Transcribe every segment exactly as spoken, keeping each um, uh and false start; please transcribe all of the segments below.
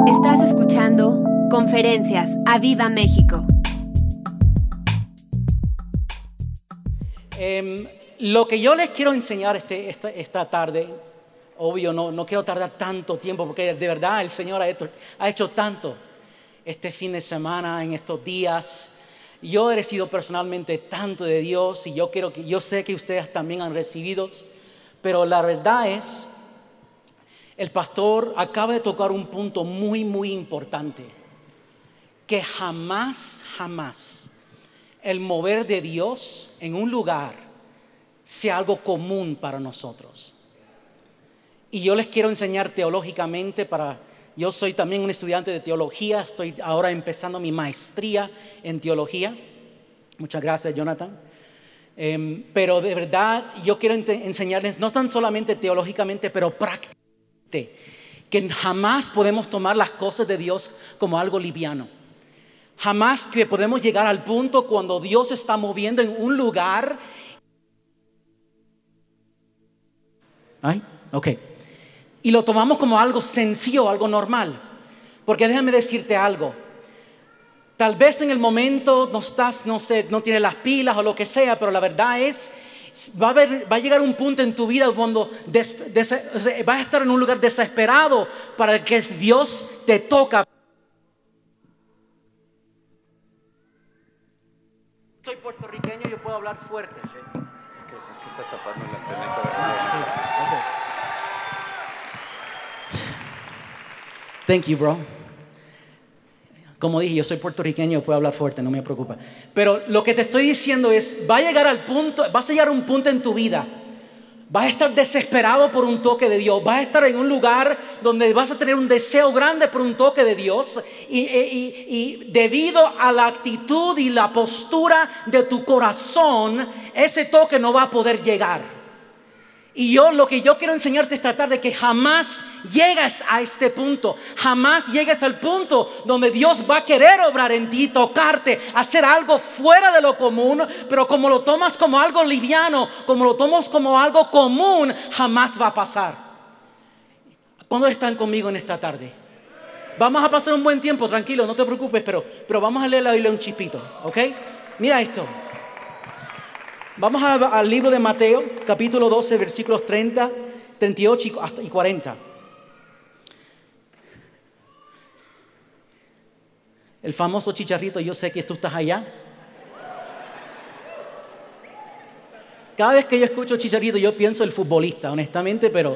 Estás escuchando Conferencias a Viva México. Eh, lo que yo les quiero enseñar este, esta, esta tarde, obvio no, no quiero tardar tanto tiempo porque de verdad el Señor ha hecho, ha hecho tanto este fin de semana, en estos días. Yo he recibido personalmente tanto de Dios y yo, quiero que, yo sé que ustedes también han recibido, pero la verdad es, el pastor acaba de tocar un punto muy, muy importante, que jamás, jamás el mover de Dios en un lugar sea algo común para nosotros. Y yo les quiero enseñar teológicamente para... Yo soy también un estudiante de teología, estoy ahora empezando mi maestría en teología. Muchas gracias, Jonathan. Eh, pero de verdad yo quiero enseñarles, no tan solamente teológicamente, pero prácticamente, que jamás podemos tomar las cosas de Dios como algo liviano. Jamás que podemos llegar al punto cuando Dios está moviendo en un lugar. Ay, ok. Y lo tomamos como algo sencillo, algo normal. Porque déjame decirte algo. Tal vez en el momento no estás, no sé, no tienes las pilas o lo que sea, pero la verdad es, va a, haber, va a llegar un punto en tu vida cuando des, des, vas a estar en un lugar desesperado para que Dios te toca. Soy puertorriqueño y yo puedo hablar fuerte. Es que, es que estás tapando el incremento de ah, okay. Thank you, bro. Como dije, yo soy puertorriqueño, puedo hablar fuerte, no me preocupa. Pero lo que te estoy diciendo es, va a llegar al punto, vas a llegar a un punto en tu vida, vas a estar desesperado por un toque de Dios, vas a estar en un lugar donde vas a tener un deseo grande por un toque de Dios y, y, y debido a la actitud y la postura de tu corazón, ese toque no va a poder llegar. Y yo lo que yo quiero enseñarte esta tarde es que jamás llegues a este punto, jamás llegues al punto donde Dios va a querer obrar en ti, tocarte, hacer algo fuera de lo común, pero como lo tomas como algo liviano, como lo tomas como algo común, jamás va a pasar. ¿Cuándo están conmigo en esta tarde? Vamos a pasar un buen tiempo, tranquilo, no te preocupes, pero, pero vamos a leer la Biblia un chipito, ¿ok? Mira esto. Vamos a, al libro de Mateo, capítulo doce, versículos treinta, treinta y ocho y cuarenta. El famoso chicharrito, yo sé que tú estás allá. Cada vez que yo escucho chicharrito, yo pienso el futbolista, honestamente, pero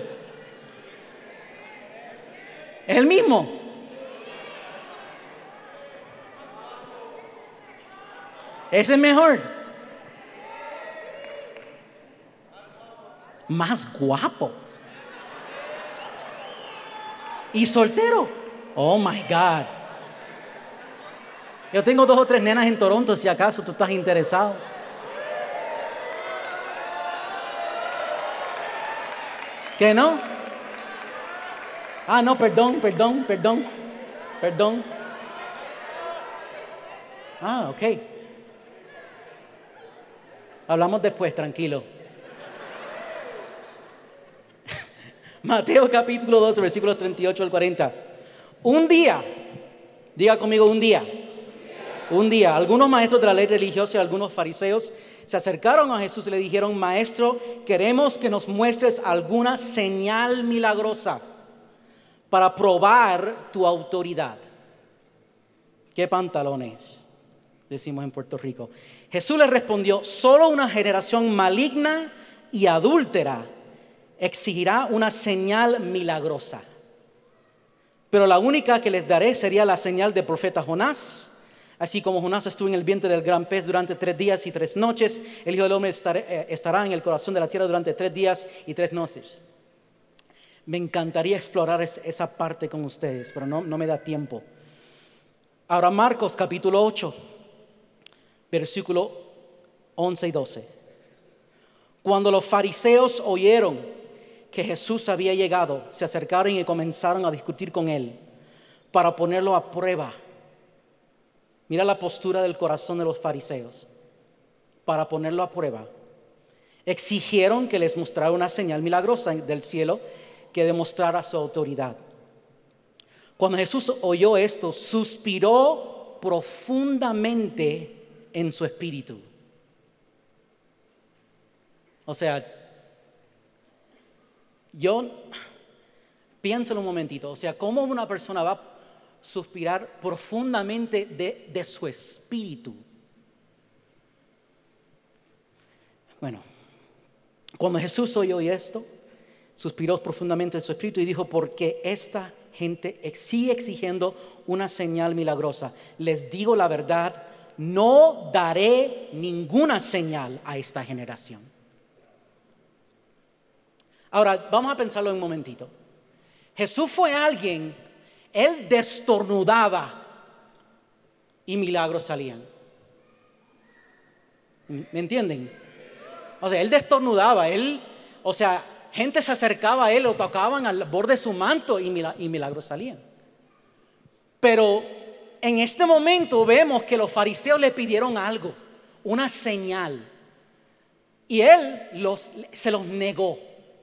es el mismo. Ese es mejor. Más guapo y soltero. Oh my God. Yo tengo dos o tres nenas en Toronto, si acaso tú estás interesado. ¿Qué no? Ah, no, perdón, perdón, perdón, perdón. Ah, ok. Hablamos después, tranquilo. Mateo capítulo doce, versículos treinta y ocho al cuarenta. Un día, diga conmigo un día. un día. Un día, algunos maestros de la ley religiosa y algunos fariseos se acercaron a Jesús y le dijeron: Maestro, queremos que nos muestres alguna señal milagrosa para probar tu autoridad. ¿Qué pantalones? Decimos en Puerto Rico. Jesús les respondió: solo una generación maligna y adúltera exigirá una señal milagrosa, pero la única que les daré sería la señal del profeta Jonás. Así como Jonás estuvo en el vientre del gran pez durante tres días y tres noches, el Hijo del Hombre estará en el corazón de la tierra durante tres días y tres noches. Me encantaría explorar esa parte con ustedes, pero no, no me da tiempo. Ahora Marcos capítulo ocho, versículo once y doce. Cuando los fariseos oyeron que Jesús había llegado, se acercaron y comenzaron a discutir con él para ponerlo a prueba. Mira la postura del corazón de los fariseos. Para ponerlo a prueba, exigieron que les mostrara una señal milagrosa del cielo que demostrara su autoridad. Cuando Jesús oyó esto, suspiró profundamente en su espíritu. O sea, yo, piénsalo un momentito, o sea, ¿cómo una persona va a suspirar profundamente de, de su espíritu? Bueno, cuando Jesús oyó esto, suspiró profundamente en su espíritu y dijo, porque esta gente sigue exigiendo una señal milagrosa. Les digo la verdad, no daré ninguna señal a esta generación. Ahora, vamos a pensarlo un momentito. Jesús fue alguien, él destornudaba y milagros salían. ¿Me entienden? O sea, él destornudaba, él, o sea, gente se acercaba a él, lo tocaban al borde de su manto y milagros salían. Pero en este momento vemos que los fariseos le pidieron algo, una señal. Y él los, se los negó.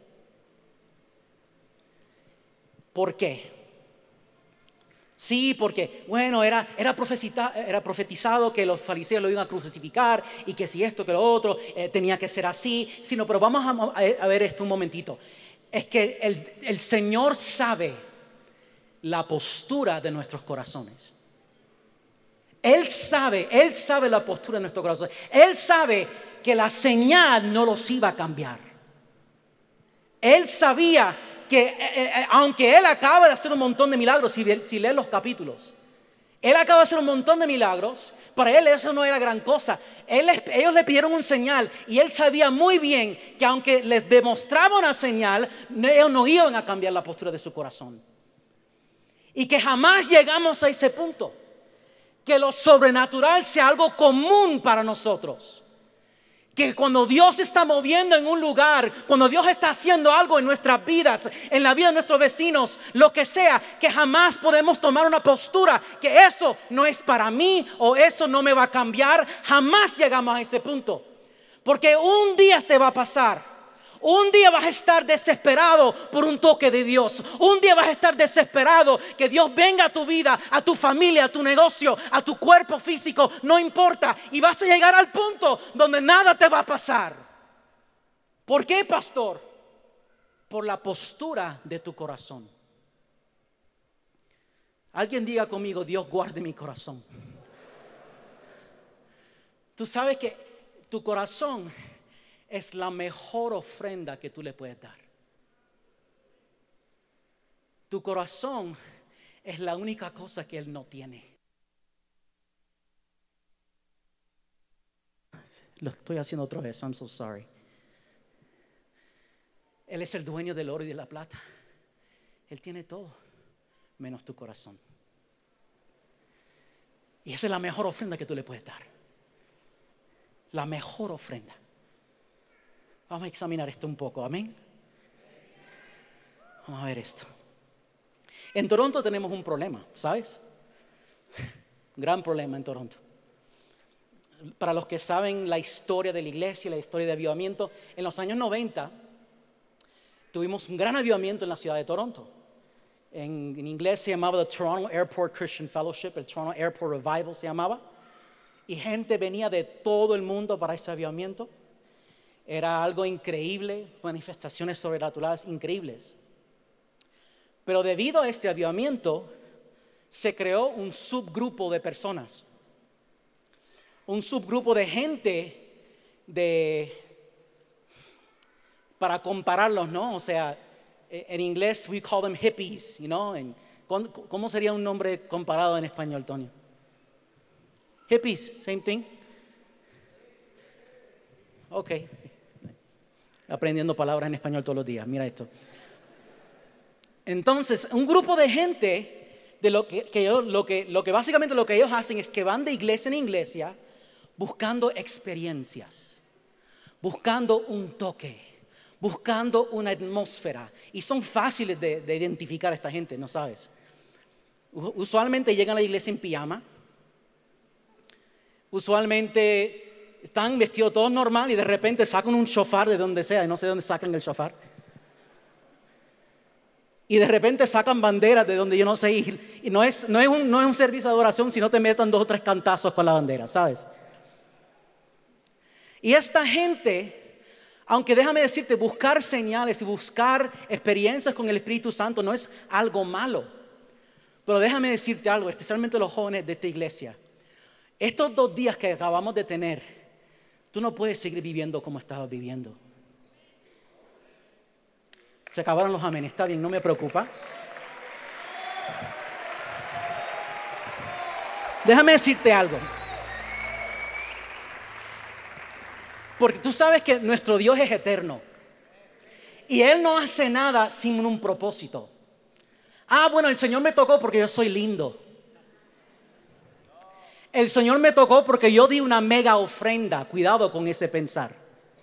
¿Por qué? Sí, porque, bueno, era, era, era profetizado que los fariseos lo iban a crucificar y que si esto, que lo otro, eh, tenía que ser así. Sino, pero vamos a, a ver esto un momentito. Es que el, el Señor sabe la postura de nuestros corazones. Él sabe, Él sabe la postura de nuestros corazones. Él sabe que la señal no los iba a cambiar. Él sabía que eh, eh, aunque Él acaba de hacer un montón de milagros, si, si lees los capítulos, Él acaba de hacer un montón de milagros, para Él eso no era gran cosa. Él, ellos le pidieron una señal y Él sabía muy bien que aunque les demostraba una señal, ellos no iban a cambiar la postura de su corazón. Y que jamás llegamos a ese punto, que lo sobrenatural sea algo común para nosotros. Que cuando Dios está moviendo en un lugar, cuando Dios está haciendo algo en nuestras vidas, en la vida de nuestros vecinos, lo que sea, que jamás podemos tomar una postura que eso no es para mí o eso no me va a cambiar. Jamás llegamos a ese punto. Porque un día te va a pasar. Un día vas a estar desesperado por un toque de Dios. Un día vas a estar desesperado que Dios venga a tu vida, a tu familia, a tu negocio, a tu cuerpo físico. No importa. Y vas a llegar al punto donde nada te va a pasar. ¿Por qué, pastor? Por la postura de tu corazón. Alguien diga conmigo, Dios guarde mi corazón. Tú sabes que tu corazón es la mejor ofrenda que tú le puedes dar. Tu corazón es la única cosa que Él no tiene. Lo estoy haciendo otra vez, I'm so sorry. Él es el dueño del oro y de la plata. Él tiene todo, menos tu corazón. Y esa es la mejor ofrenda que tú le puedes dar. La mejor ofrenda. Vamos a examinar esto un poco, amén. Vamos a ver esto. En Toronto tenemos un problema, ¿sabes? Un gran problema en Toronto. Para los que saben la historia de la iglesia, la historia de avivamiento, en los años noventa tuvimos un gran avivamiento en la ciudad de Toronto. En, en inglés se llamaba the Toronto Airport Christian Fellowship, el Toronto Airport Revival se llamaba. Y gente venía de todo el mundo para ese avivamiento. Era algo increíble, manifestaciones sobrenaturales increíbles. Pero debido a este avivamiento, se creó un subgrupo de personas. Un subgrupo de gente de, para compararlos, ¿no? O sea, en inglés we call them hippies, you know? En, ¿cómo sería un nombre comparado en español, Tony? Hippies, same thing. Ok. Aprendiendo palabras en español todos los días, mira esto. Entonces, un grupo de gente, de lo que, que yo, lo que, lo que básicamente lo que ellos hacen es que van de iglesia en iglesia buscando experiencias, buscando un toque, buscando una atmósfera. Y son fáciles de, de identificar a esta gente, ¿no sabes? Usualmente llegan a la iglesia en pijama. Usualmente están vestidos todos normal y de repente sacan un shofar de donde sea y no sé de dónde sacan el shofar. Y Y de repente sacan banderas de donde yo no sé ir. Y no es, no es, un, no es un servicio de adoración, sino te metan dos o tres cantazos con la bandera, ¿sabes? Y esta gente, aunque déjame decirte, buscar señales y buscar experiencias con el Espíritu Santo no es algo malo. Pero déjame decirte algo, especialmente los jóvenes de esta iglesia. Estos dos días que acabamos de tener, tú no puedes seguir viviendo como estabas viviendo. Se acabaron los amenes, está bien, no me preocupa. Déjame decirte algo. Porque tú sabes que nuestro Dios es eterno. Y Él no hace nada sin un propósito. Ah, bueno, el Señor me tocó porque yo soy lindo. El Señor me tocó porque yo di una mega ofrenda. Cuidado con ese pensar.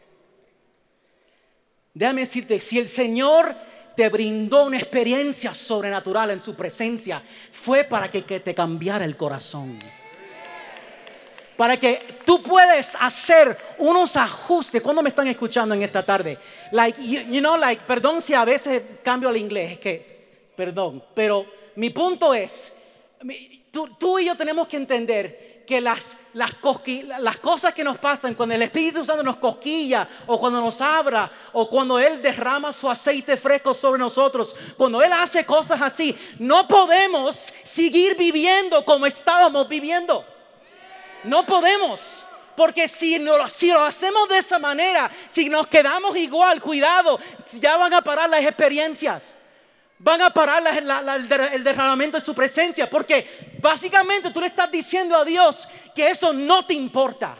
Déjame decirte, si el Señor te brindó una experiencia sobrenatural en su presencia, fue para que, que te cambiara el corazón. Para que tú puedas hacer unos ajustes. ¿Cuándo me están escuchando en esta tarde? Like, you, you know, like, perdón si a veces cambio el inglés, es que, perdón, pero mi punto es, tú, tú y yo tenemos que entender que las, las, cosqui, las cosas que nos pasan cuando el Espíritu Santo nos cosquilla, o cuando nos abra, o cuando Él derrama su aceite fresco sobre nosotros, cuando Él hace cosas así, no podemos seguir viviendo como estábamos viviendo. No podemos, porque si, no, si lo hacemos de esa manera, si nos quedamos igual, cuidado, ya van a parar las experiencias. Van a parar la, la, la, el derramamiento de su presencia, porque básicamente tú le estás diciendo a Dios que eso no te importa.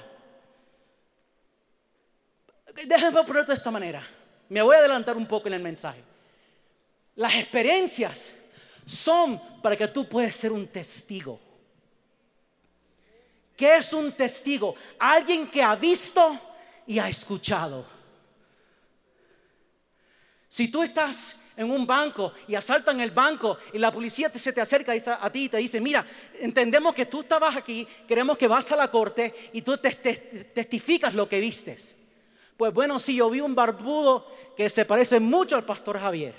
Déjame ponerlo de esta manera. Me voy a adelantar un poco en el mensaje. Las experiencias son para que tú puedas ser un testigo. ¿Qué es un testigo? Alguien que ha visto y ha escuchado. Si tú estás en un banco y asaltan el banco y la policía te, se te acerca a ti y te dice, mira, entendemos que tú estabas aquí, queremos que vas a la corte y tú te, te, testificas lo que vistes. Pues bueno, sí, yo vi un barbudo que se parece mucho al pastor Javier.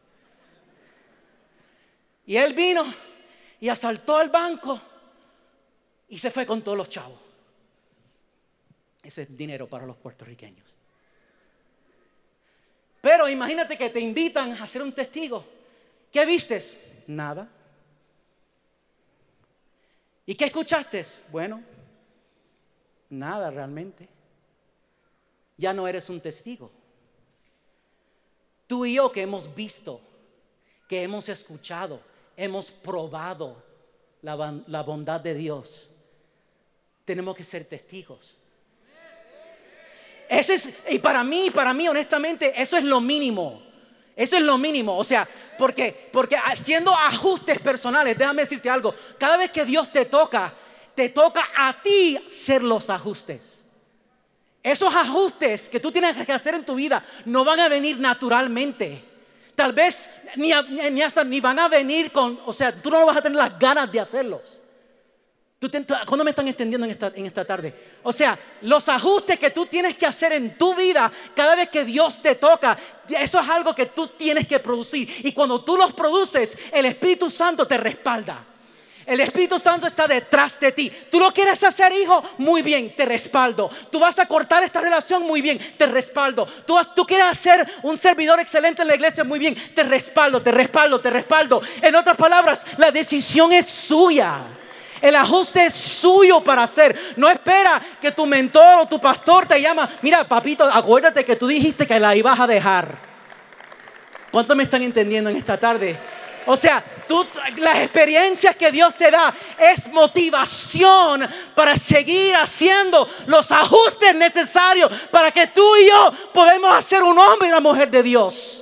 Y él vino y asaltó el banco y se fue con todos los chavos. Ese es dinero para los puertorriqueños. Pero imagínate que te invitan a ser un testigo. ¿Qué vistes? Nada. ¿Y qué escuchaste? Bueno, nada realmente. Ya no eres un testigo. Tú y yo que hemos visto, que hemos escuchado, hemos probado la, la bondad de Dios, tenemos que ser testigos. Ese es, y para mí, para mí honestamente, eso es lo mínimo. Eso es lo mínimo. O sea, porque, porque haciendo ajustes personales, déjame decirte algo. Cada vez que Dios te toca, te toca a ti ser los ajustes. Esos ajustes que tú tienes que hacer en tu vida no van a venir naturalmente. Tal vez ni, ni hasta ni van a venir con, o sea, tú no vas a tener las ganas de hacerlos. ¿Cuándo me están entendiendo en esta, en esta tarde? O sea, los ajustes que tú tienes que hacer en tu vida cada vez que Dios te toca, eso es algo que tú tienes que producir. Y cuando tú los produces, el Espíritu Santo te respalda. El Espíritu Santo está detrás de ti. ¿Tú lo quieres hacer, hijo? Muy bien, te respaldo. ¿Tú vas a cortar esta relación? Muy bien, te respaldo. ¿Tú, vas, tú quieres ser un servidor excelente en la iglesia? Muy bien, te respaldo, te respaldo, te respaldo. En otras palabras, la decisión es suya. El ajuste es suyo para hacer. No espera que tu mentor o tu pastor te llama. Mira, papito, acuérdate que tú dijiste que la ibas a dejar. ¿Cuántos me están entendiendo en esta tarde? O sea, tú, las experiencias que Dios te da es motivación para seguir haciendo los ajustes necesarios para que tú y yo podamos hacer un hombre y una mujer de Dios.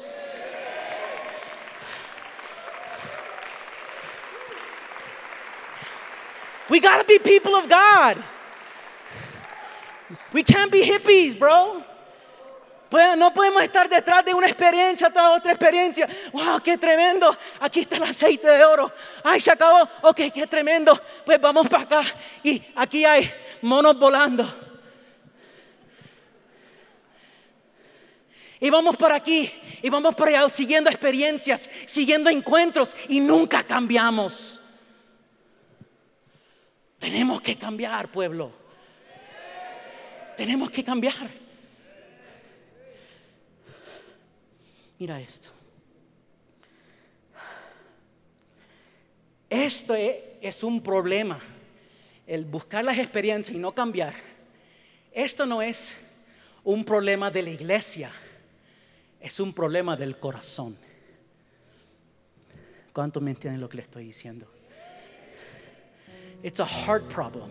We gotta be people of God. We can't be hippies, bro. No podemos estar detrás de una experiencia tras otra experiencia. Wow, qué tremendo. Aquí está el aceite de oro. Ay, se acabó. Ok, qué tremendo. Pues vamos para acá. Y aquí hay monos volando. Y vamos para aquí, y vamos para allá, siguiendo experiencias, siguiendo encuentros, y nunca cambiamos. Tenemos que cambiar, pueblo. Tenemos que cambiar. Mira esto. Esto es un problema. El buscar las experiencias y no cambiar. Esto no es un problema de la iglesia. Es un problema del corazón. ¿Cuántos me entienden lo que le estoy diciendo? It's a heart problem.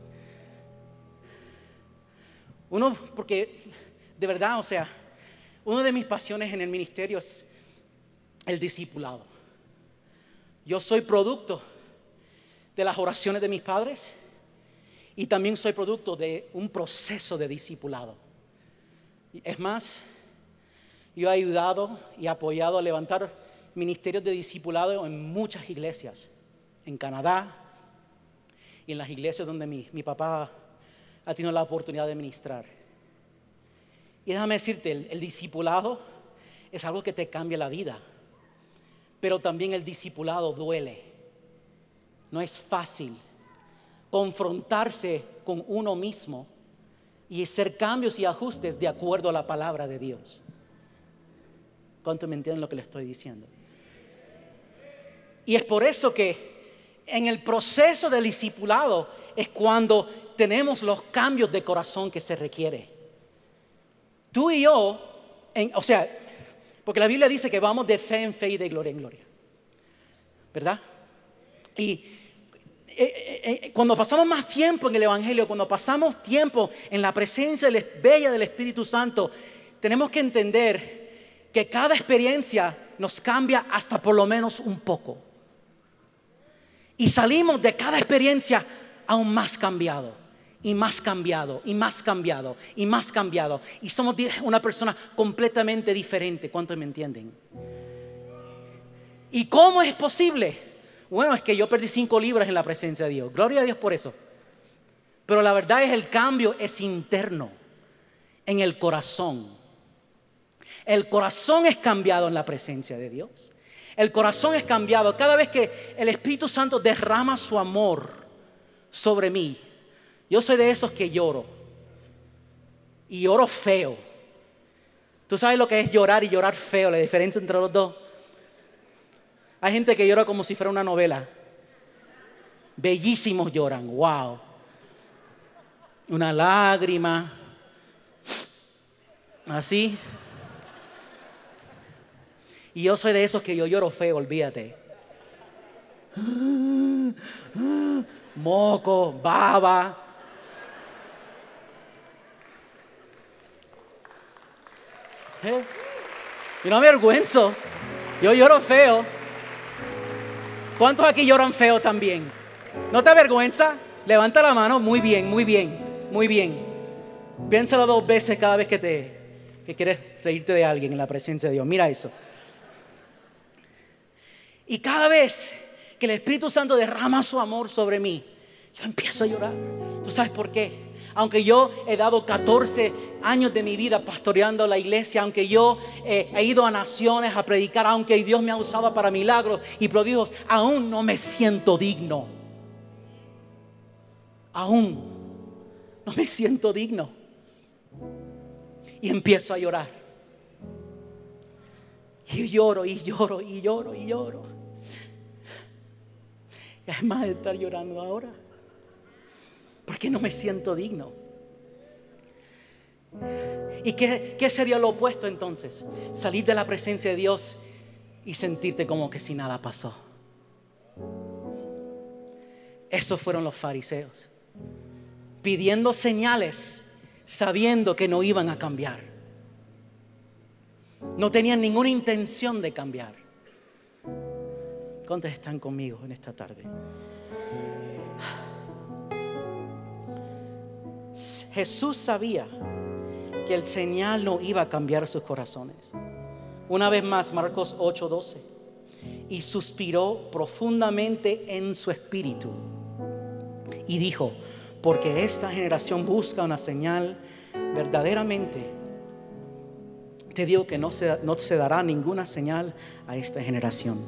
Uno, porque de verdad, o sea, una de mis pasiones en el ministerio es el discipulado. Yo soy producto de las oraciones de mis padres y también soy producto de un proceso de discipulado. Es más, yo he ayudado y apoyado a levantar ministerios de discipulado en muchas iglesias, en Canadá y en las iglesias donde mi, mi papá ha tenido la oportunidad de ministrar. Y déjame decirte, el, el discipulado es algo que te cambia la vida, pero también el discipulado duele. No es fácil confrontarse con uno mismo y hacer cambios y ajustes de acuerdo a la palabra de Dios. ¿Cuántos me entienden lo que le estoy diciendo? Y es por eso que en el proceso del discipulado es cuando tenemos los cambios de corazón que se requiere. Tú y yo, en, o sea, porque la Biblia dice que vamos de fe en fe y de gloria en gloria, ¿verdad? Y eh, eh, eh, cuando pasamos más tiempo en el Evangelio, cuando pasamos tiempo en la presencia bella del Espíritu Santo, tenemos que entender que cada experiencia nos cambia hasta por lo menos un poco. Y salimos de cada experiencia aún más cambiado, y más cambiado, y más cambiado, y más cambiado. Y somos una persona completamente diferente. ¿Cuántos me entienden? ¿Y cómo es posible? Bueno, es que yo perdí cinco libras en la presencia de Dios. Gloria a Dios por eso. Pero la verdad es el cambio es interno, en el corazón. El corazón es cambiado en la presencia de Dios. El corazón es cambiado cada vez que el Espíritu Santo derrama su amor sobre mí. Yo soy de esos que lloro. Y lloro feo. ¿Tú sabes lo que es llorar y llorar feo? La diferencia entre los dos. Hay gente que llora como si fuera una novela. Bellísimos lloran. Wow. Una lágrima. Así. Y yo soy de esos que yo lloro feo, olvídate. Moco, baba. ¿Sí? Y no me avergüenzo. Yo lloro feo. ¿Cuántos aquí lloran feo también? ¿No te avergüenza? Levanta la mano. Muy bien, muy bien, muy bien. Piénsalo dos veces cada vez que te que quieres reírte de alguien en la presencia de Dios. Mira eso. Y cada vez que el Espíritu Santo derrama su amor sobre mí, yo empiezo a llorar. ¿Tú sabes por qué? Aunque yo he dado catorce años de mi vida pastoreando la iglesia, aunque yo eh, he ido a naciones a predicar, aunque Dios me ha usado para milagros y prodigios, aún no me siento digno. Aún no me siento digno. Y empiezo a llorar. Y lloro, y lloro, y lloro, y lloro. Y además de estar llorando ahora, porque no me siento digno. ¿Y qué, qué sería lo opuesto entonces? Salir de la presencia de Dios y sentirte como que si nada pasó. Esos fueron los fariseos, pidiendo señales, sabiendo que no iban a cambiar. No tenían ninguna intención de cambiar. ¿Cuántos están conmigo en esta tarde? Jesús sabía que el señal no iba a cambiar sus corazones. Una vez más, Marcos ocho doce. Y suspiró profundamente en su espíritu y dijo: porque esta generación busca una señal. Verdaderamente te digo que no se, no se dará ninguna señal a esta generación.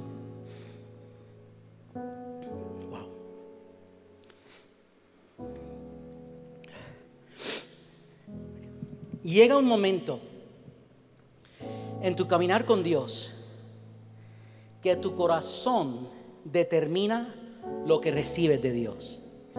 Wow. Llega un momento en tu caminar con Dios que tu corazón determina lo que recibes de Dios.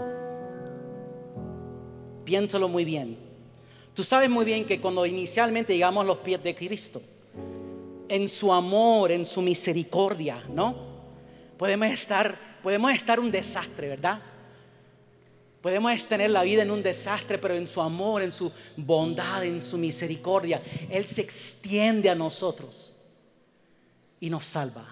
Piénsalo muy bien. Tú sabes muy bien que cuando inicialmente llegamos a los pies de Cristo, en su amor, en su misericordia, ¿no? Podemos estar, podemos estar un desastre, ¿verdad? Podemos tener la vida en un desastre, pero en su amor, en su bondad, en su misericordia, Él se extiende a nosotros y nos salva.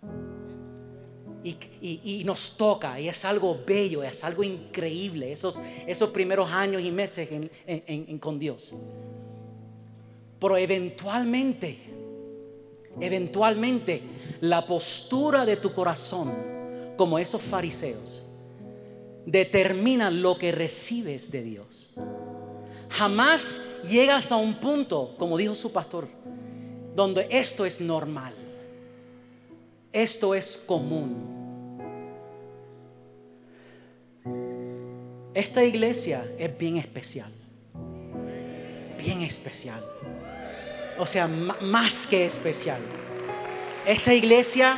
Y, y, y nos toca, y es algo bello, es algo increíble, esos, esos primeros años y meses en, en, en, con Dios. Pero eventualmente, eventualmente, la postura de tu corazón, como esos fariseos, determina lo que recibes de Dios. Jamás llegas a un punto, como dijo su pastor, donde esto es normal. Esto es común. Esta iglesia es bien especial. Bien especial. O sea, m- más que especial. Esta iglesia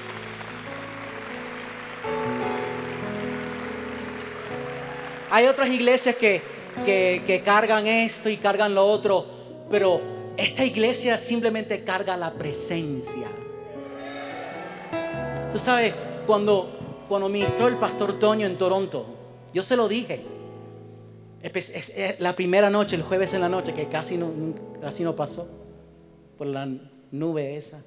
hay otras iglesias que, que, que cargan esto y cargan lo otro, pero esta iglesia simplemente carga la presencia. Tú sabes, cuando, cuando ministró el pastor Toño en Toronto, yo se lo dije. Es, es, es la primera noche, el jueves en la noche, que casi no, casi no pasó por la nube esa.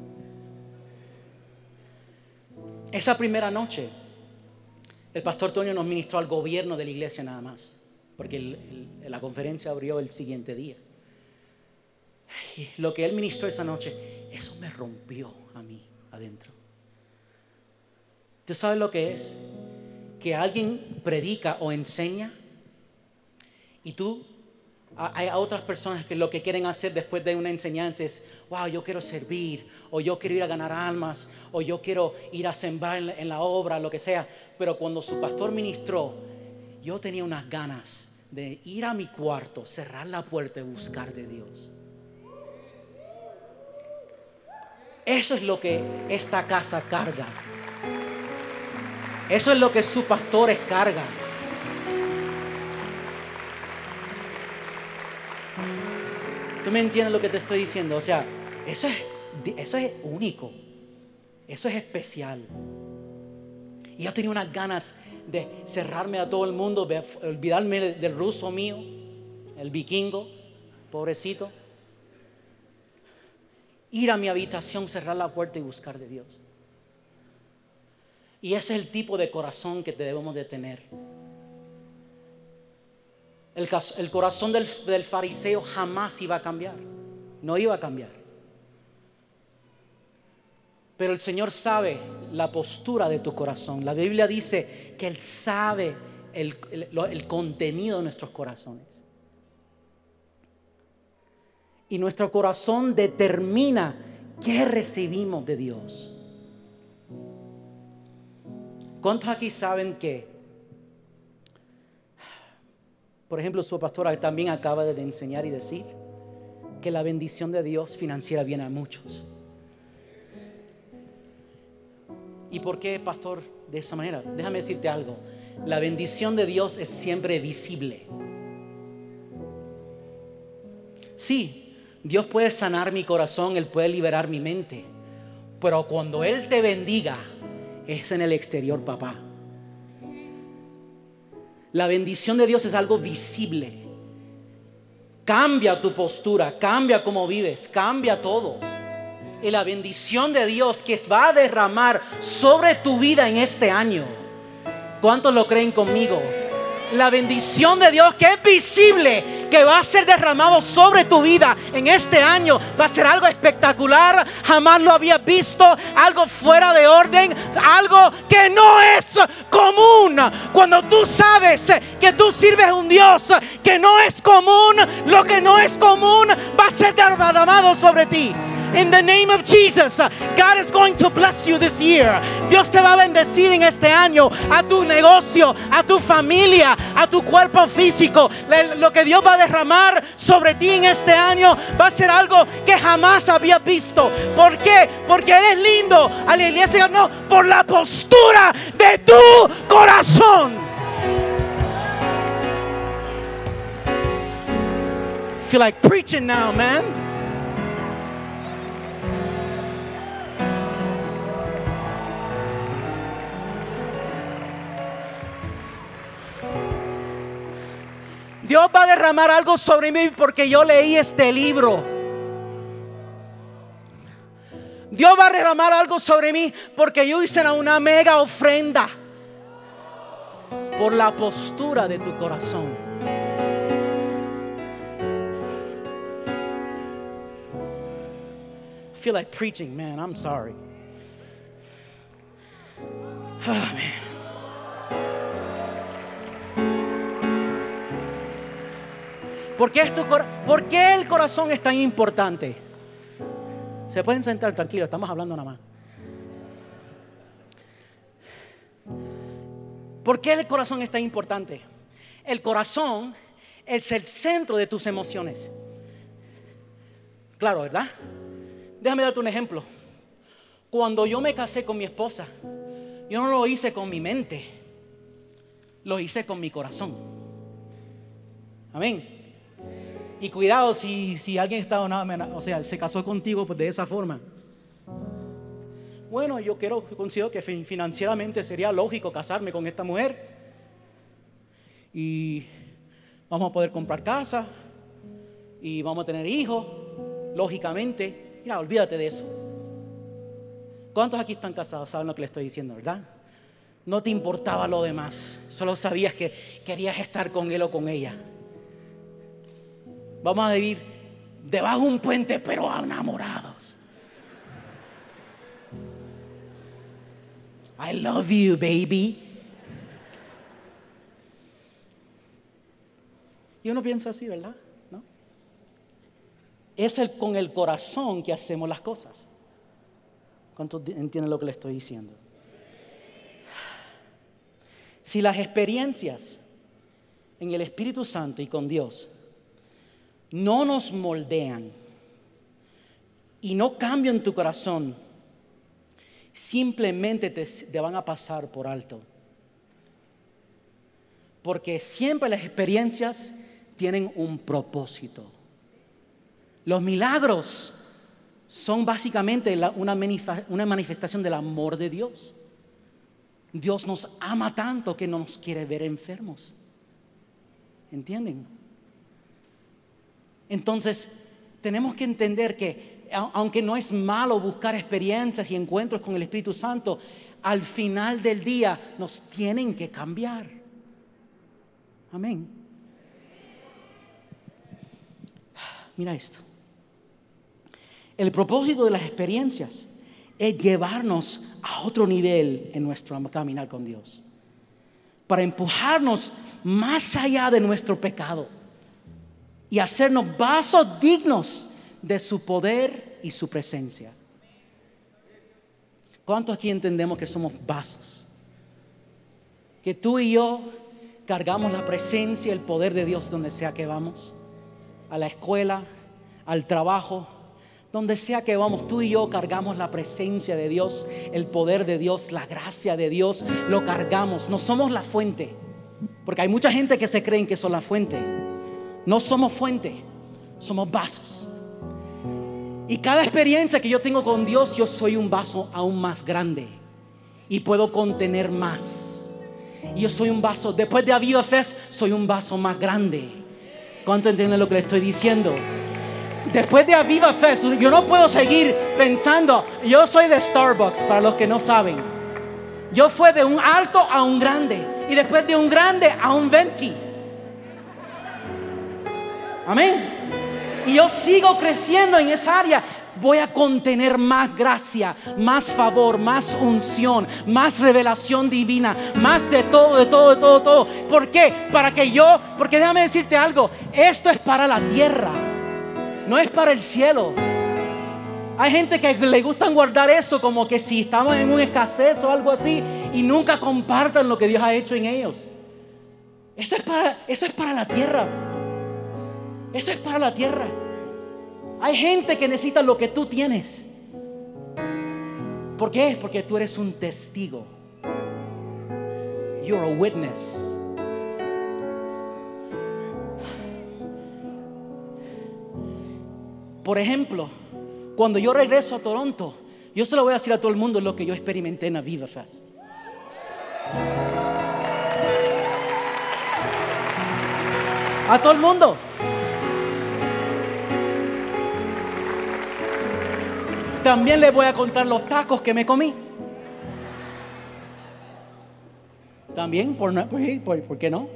Esa primera noche, el pastor Toño nos ministró al gobierno de la iglesia nada más, porque el, el, la conferencia abrió el siguiente día. Y lo que él ministró esa noche, eso me rompió a mí adentro. ¿Tú sabes lo que es? Que alguien predica o enseña y tú, hay otras personas que lo que quieren hacer después de una enseñanza es, wow, yo quiero servir, o yo quiero ir a ganar almas, o yo quiero ir a sembrar en la, en la obra, lo que sea. Pero cuando su pastor ministró, yo tenía unas ganas de ir a mi cuarto, cerrar la puerta y buscar de Dios. Eso es lo que esta casa carga. Eso es lo que sus pastores cargan. ¿Tú me entiendes lo que te estoy diciendo? O sea, eso es, eso es único. Eso es especial. Y yo tenía unas ganas de cerrarme a todo el mundo, de olvidarme del ruso mío, el vikingo, pobrecito. Ir a mi habitación, cerrar la puerta y buscar de Dios. Y ese es el tipo de corazón que debemos de tener. El, el corazón del, del fariseo jamás iba a cambiar. No iba a cambiar. Pero el Señor sabe la postura de tu corazón. La Biblia dice que Él sabe el, el, el contenido de nuestros corazones. Y nuestro corazón determina qué recibimos de Dios. ¿Cuántos aquí saben que, por ejemplo, su pastora también acaba de enseñar y decir que la bendición de Dios financiera viene a muchos? ¿Y por qué, pastor, de esa manera? Déjame decirte algo. La bendición de Dios es siempre visible. Sí, Dios puede sanar mi corazón, Él puede liberar mi mente, pero cuando Él te bendiga, es en el exterior, papá. La bendición de Dios es algo visible. Cambia tu postura, cambia cómo vives, cambia todo. Y la bendición de Dios que va a derramar sobre tu vida en este año. ¿Cuántos lo creen conmigo? La bendición de Dios que es visible, que va a ser derramado sobre tu vida en este año, va a ser algo espectacular. Jamás lo habías visto, algo fuera de orden, algo que no es común. Cuando tú sabes que tú sirves a un Dios que no es común, lo que no es común va a ser derramado sobre ti. In the name of Jesus, God is going to bless you this year. Dios te va a bendecir en este año, a tu negocio, a tu familia, a tu cuerpo físico. Lo que Dios va a derramar sobre ti en este año va a ser algo que jamás habías visto. ¿Por qué? Porque eres lindo. A la iglesia no, por la postura de tu corazón. I feel like preaching now, man. Dios va a derramar algo sobre mí porque yo leí este libro. Dios va a derramar algo sobre mí porque yo hice una mega ofrenda. Por la postura de tu corazón. I feel like preaching, man. I'm sorry. Oh, man. ¿Por qué, esto, ¿Por qué el corazón es tan importante? Se pueden sentar tranquilos, estamos hablando nada más. ¿Por qué el corazón es tan importante? El corazón es el centro de tus emociones. Claro, ¿verdad? Déjame darte un ejemplo. Cuando yo me casé con mi esposa, yo no lo hice con mi mente, lo hice con mi corazón. Amén. Y cuidado si, si alguien está, o sea, se casó contigo pues de esa forma. Bueno, yo quiero, considero que financieramente sería lógico casarme con esta mujer. Y vamos a poder comprar casa. Y vamos a tener hijos, lógicamente. Mira, olvídate de eso. ¿Cuántos aquí están casados? Saben lo que le estoy diciendo, ¿verdad? No te importaba lo demás. Solo sabías que querías estar con él o con ella. Vamos a vivir debajo de un puente, pero enamorados. I love you, baby. Y uno piensa así, ¿verdad? ¿No? Es el, con el corazón que hacemos las cosas. ¿Cuántos entienden lo que le estoy diciendo? Si las experiencias en el Espíritu Santo y con Dios no nos moldean y no cambian tu corazón, simplemente te, te van a pasar por alto. Porque siempre las experiencias tienen un propósito. Los milagros son básicamente la, una, una manifestación del amor de Dios. Dios nos ama tanto que no nos quiere ver enfermos. ¿Entienden? Entonces, tenemos que entender que, aunque no es malo buscar experiencias y encuentros con el Espíritu Santo, al final del día nos tienen que cambiar. Amén. Mira esto. El propósito de las experiencias es llevarnos a otro nivel en nuestro caminar con Dios, para empujarnos más allá de nuestro pecado y hacernos vasos dignos de su poder y su presencia. ¿Cuántos aquí entendemos que somos vasos? Que tú y yo cargamos la presencia y el poder de Dios donde sea que vamos, a la escuela, al trabajo, donde sea que vamos. Tú y yo cargamos la presencia de Dios, el poder de Dios, la gracia de Dios, lo cargamos. No somos la fuente, porque hay mucha gente que se creen que son la fuente. No somos fuente, somos vasos. Y cada experiencia que yo tengo con Dios, yo soy un vaso aún más grande y puedo contener más. Y yo soy un vaso, después de Aviva Fest, soy un vaso más grande. ¿Cuánto entienden lo que le estoy diciendo? Después de Aviva Fest, yo no puedo seguir pensando. Yo soy de Starbucks, para los que no saben. Yo fui de un alto a un grande, y después de un grande a un venti. Amén. Y yo sigo creciendo en esa área, voy a contener más gracia, más favor, más unción, más revelación divina, más de todo, de todo, de todo, todo. ¿Por qué? Para que yo, porque déjame decirte algo, esto es para la tierra, no es para el cielo. Hay gente que le gustan guardar eso como que si estamos en una escasez o algo así y nunca compartan lo que Dios ha hecho en ellos. Eso es para, eso es para la tierra. Eso es para la tierra. Hay gente que necesita lo que tú tienes. ¿Por qué? Porque tú eres un testigo. You're a witness. Por ejemplo, cuando yo regreso a Toronto, yo se lo voy a decir a todo el mundo lo que yo experimenté en Aviva Fest. A todo el mundo. También les voy a contar los tacos que me comí. También, ¿por, por, por qué no?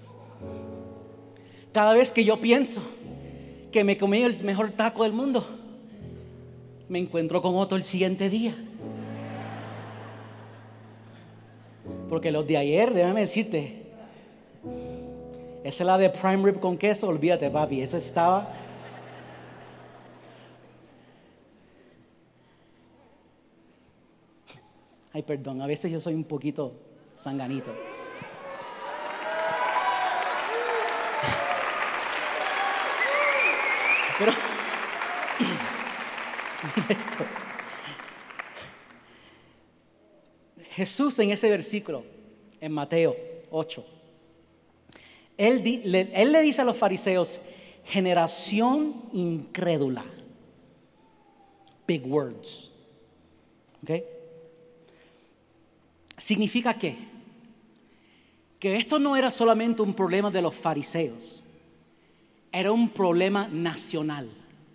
Cada vez que yo pienso que me comí el mejor taco del mundo, me encuentro con otro el siguiente día. Porque los de ayer, déjame decirte, esa es la de prime rib con queso, olvídate, papi, eso estaba. Ay, perdón, a veces yo soy un poquito sanganito. Pero esto. Jesús en ese versículo, en Mateo ocho, él, di, le, él le dice a los fariseos, generación incrédula. Big words. ¿Ok? ¿Significa qué? Que esto no era solamente un problema de los fariseos, era un problema nacional.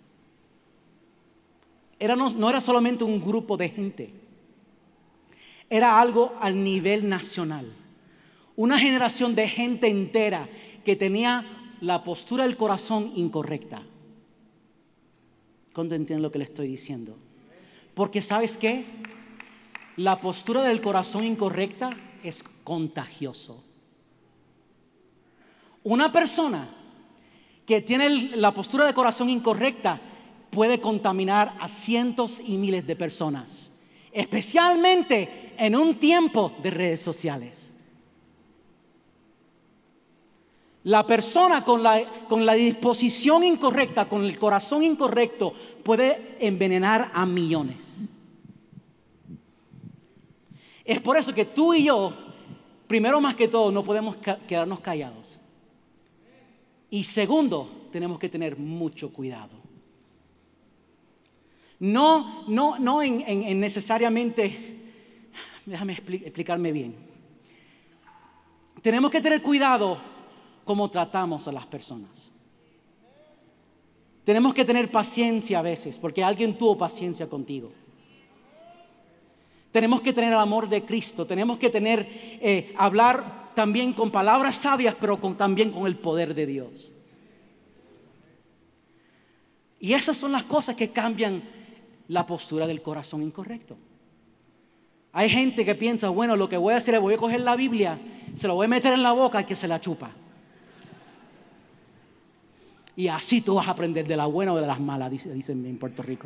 Era no, no era solamente un grupo de gente, era algo al nivel nacional. Una generación de gente entera que tenía la postura del corazón incorrecta. ¿Cuánto entienden lo que le estoy diciendo? Porque ¿sabes qué? La postura del corazón incorrecta es contagioso. Una persona que tiene la postura de corazón incorrecta puede contaminar a cientos y miles de personas, especialmente en un tiempo de redes sociales. La persona con la, con la disposición incorrecta, con el corazón incorrecto, puede envenenar a millones. Es por eso que tú y yo, primero más que todo, no podemos quedarnos callados. Y segundo, tenemos que tener mucho cuidado. No, no, no en, en, en necesariamente, déjame explicarme bien. Tenemos que tener cuidado cómo tratamos a las personas. Tenemos que tener paciencia a veces, porque alguien tuvo paciencia contigo. Tenemos que tener el amor de Cristo. Tenemos que tener, eh, hablar también con palabras sabias, pero con, también con el poder de Dios. Y esas son las cosas que cambian la postura del corazón incorrecto. Hay gente que piensa, bueno, lo que voy a hacer es voy a coger la Biblia, se lo voy a meter en la boca y que se la chupa. Y así tú vas a aprender de la buena o de las malas, dicen dice en Puerto Rico.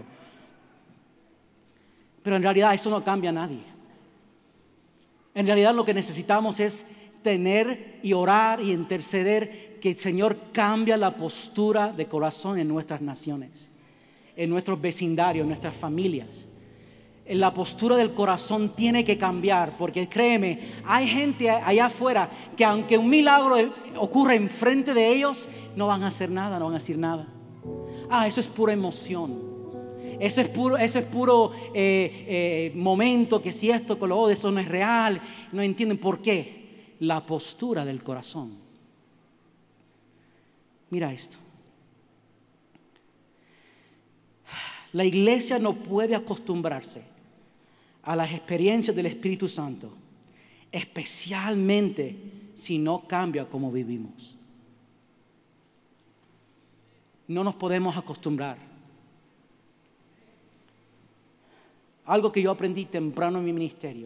Pero en realidad eso no cambia a nadie. En realidad lo que necesitamos es tener y orar y interceder que el Señor cambie la postura de corazón en nuestras naciones, en nuestros vecindarios, en nuestras familias. La postura del corazón tiene que cambiar, porque créeme, hay gente allá afuera que aunque un milagro ocurra enfrente de ellos, no van a hacer nada, no van a decir nada. Ah, eso es pura emoción. Eso es puro, eso es puro eh, eh, momento, que si esto con lo otro, eso no es real. No entienden por qué. La postura del corazón. Mira esto. La iglesia no puede acostumbrarse a las experiencias del Espíritu Santo, especialmente si no cambia cómo vivimos. No nos podemos acostumbrar. Algo que yo aprendí temprano en mi ministerio.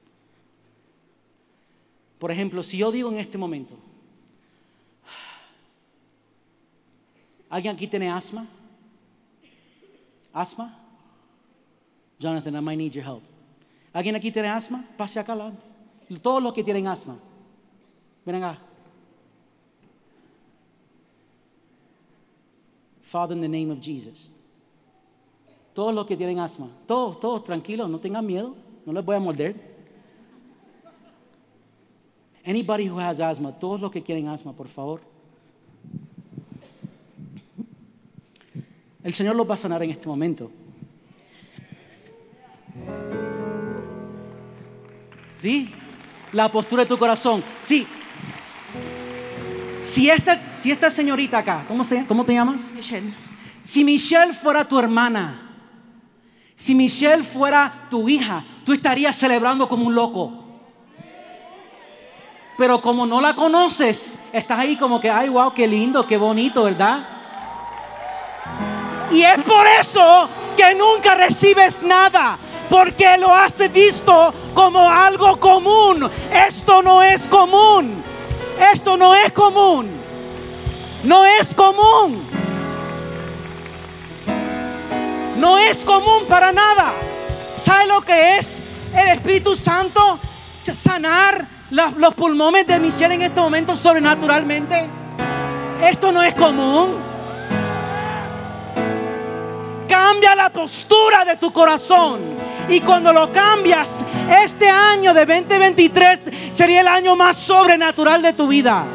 Por ejemplo, si yo digo en este momento, ¿alguien aquí tiene asma? ¿Asma? Jonathan, I might need your help. ¿Alguien aquí tiene asma? Pase acá adelante. Todos los que tienen asma, ven acá. Father, in the name of Jesus. Todos los que tienen asma, todos, todos tranquilos, no tengan miedo, no les voy a morder. Anybody who has asthma, todos los que quieren asma, por favor. El Señor los va a sanar en este momento. ¿Sí? La postura de tu corazón. Sí. Si esta, si esta señorita acá, ¿cómo, se, ¿cómo te llamas? Michelle. Si Michelle fuera tu hermana, si Michelle fuera tu hija, tú estarías celebrando como un loco. Pero como no la conoces, estás ahí como que, ay, wow, qué lindo, qué bonito, ¿verdad? Y es por eso que nunca recibes nada, porque lo has visto como algo común. Esto no es común. Esto no es común. No es común. No es común para nada. ¿Sabe lo que es el Espíritu Santo? Sanar los, los pulmones de Michelle en este momento sobrenaturalmente. Esto no es común. Cambia la postura de tu corazón. Y cuando lo cambias, este año de veinte veintitrés sería el año más sobrenatural de tu vida.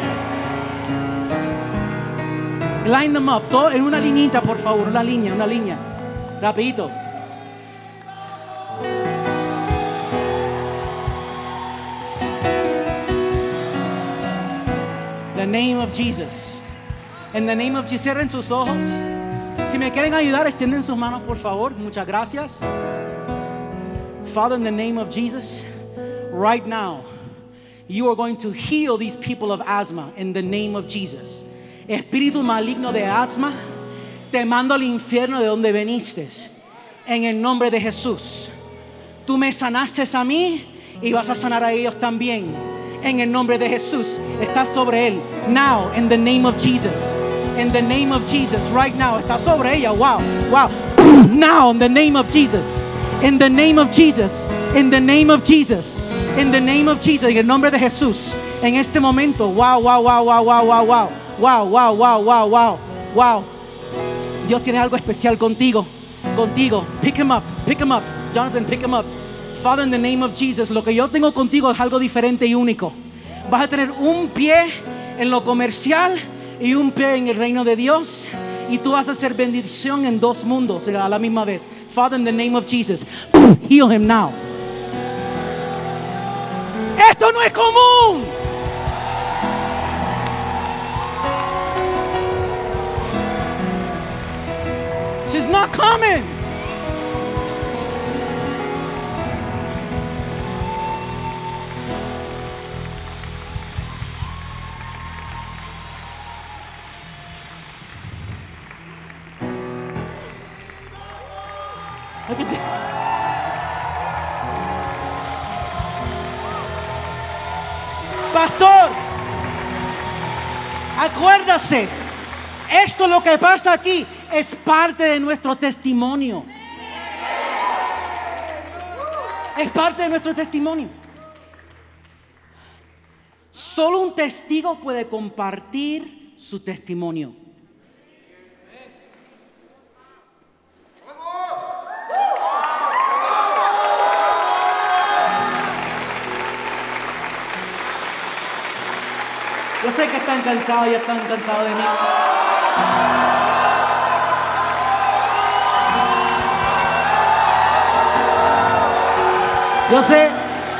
Line them up, todo en una liñita, por favor, una línea, una línea. Rapidito. The name of Jesus. In the name of Jesus. Cierren sus ojos. Si me quieren ayudar, extienden sus manos, por favor. Muchas gracias. Father, in the name of Jesus, right now, you are going to heal these people of asthma in the name of Jesus. Espíritu maligno de asma, te mando al infierno de donde veniste, en el nombre de Jesús. Tú me sanaste a mí y vas a sanar a ellos también, en el nombre de Jesús. Está sobre él. Now, in the name of Jesus. In the name of Jesus, right now. Está sobre ella. Wow, wow. Now, in the name of Jesus. In the name of Jesus. In the name of Jesus. In the name of Jesus. En el nombre de Jesús. En este momento. Wow, wow, wow, wow, wow, wow, wow. Wow, wow, wow, wow, wow. Wow. Dios tiene algo especial contigo. Contigo. Pick him up. Pick him up. Jonathan, pick him up. Father, in the name of Jesus, lo que yo tengo contigo es algo diferente y único. Vas a tener un pie en lo comercial y un pie en el reino de Dios. Y tú vas a hacer bendición en dos mundos a la misma vez. Father, in the name of Jesus, heal him now. Esto no es común. This is not common. Look at that. Pastor, acuérdase, esto lo que pasa aquí es parte de nuestro testimonio. Es parte de nuestro testimonio. Solo un testigo puede compartir su testimonio. Yo sé que están cansados, ya están cansados de mí. Yo sé,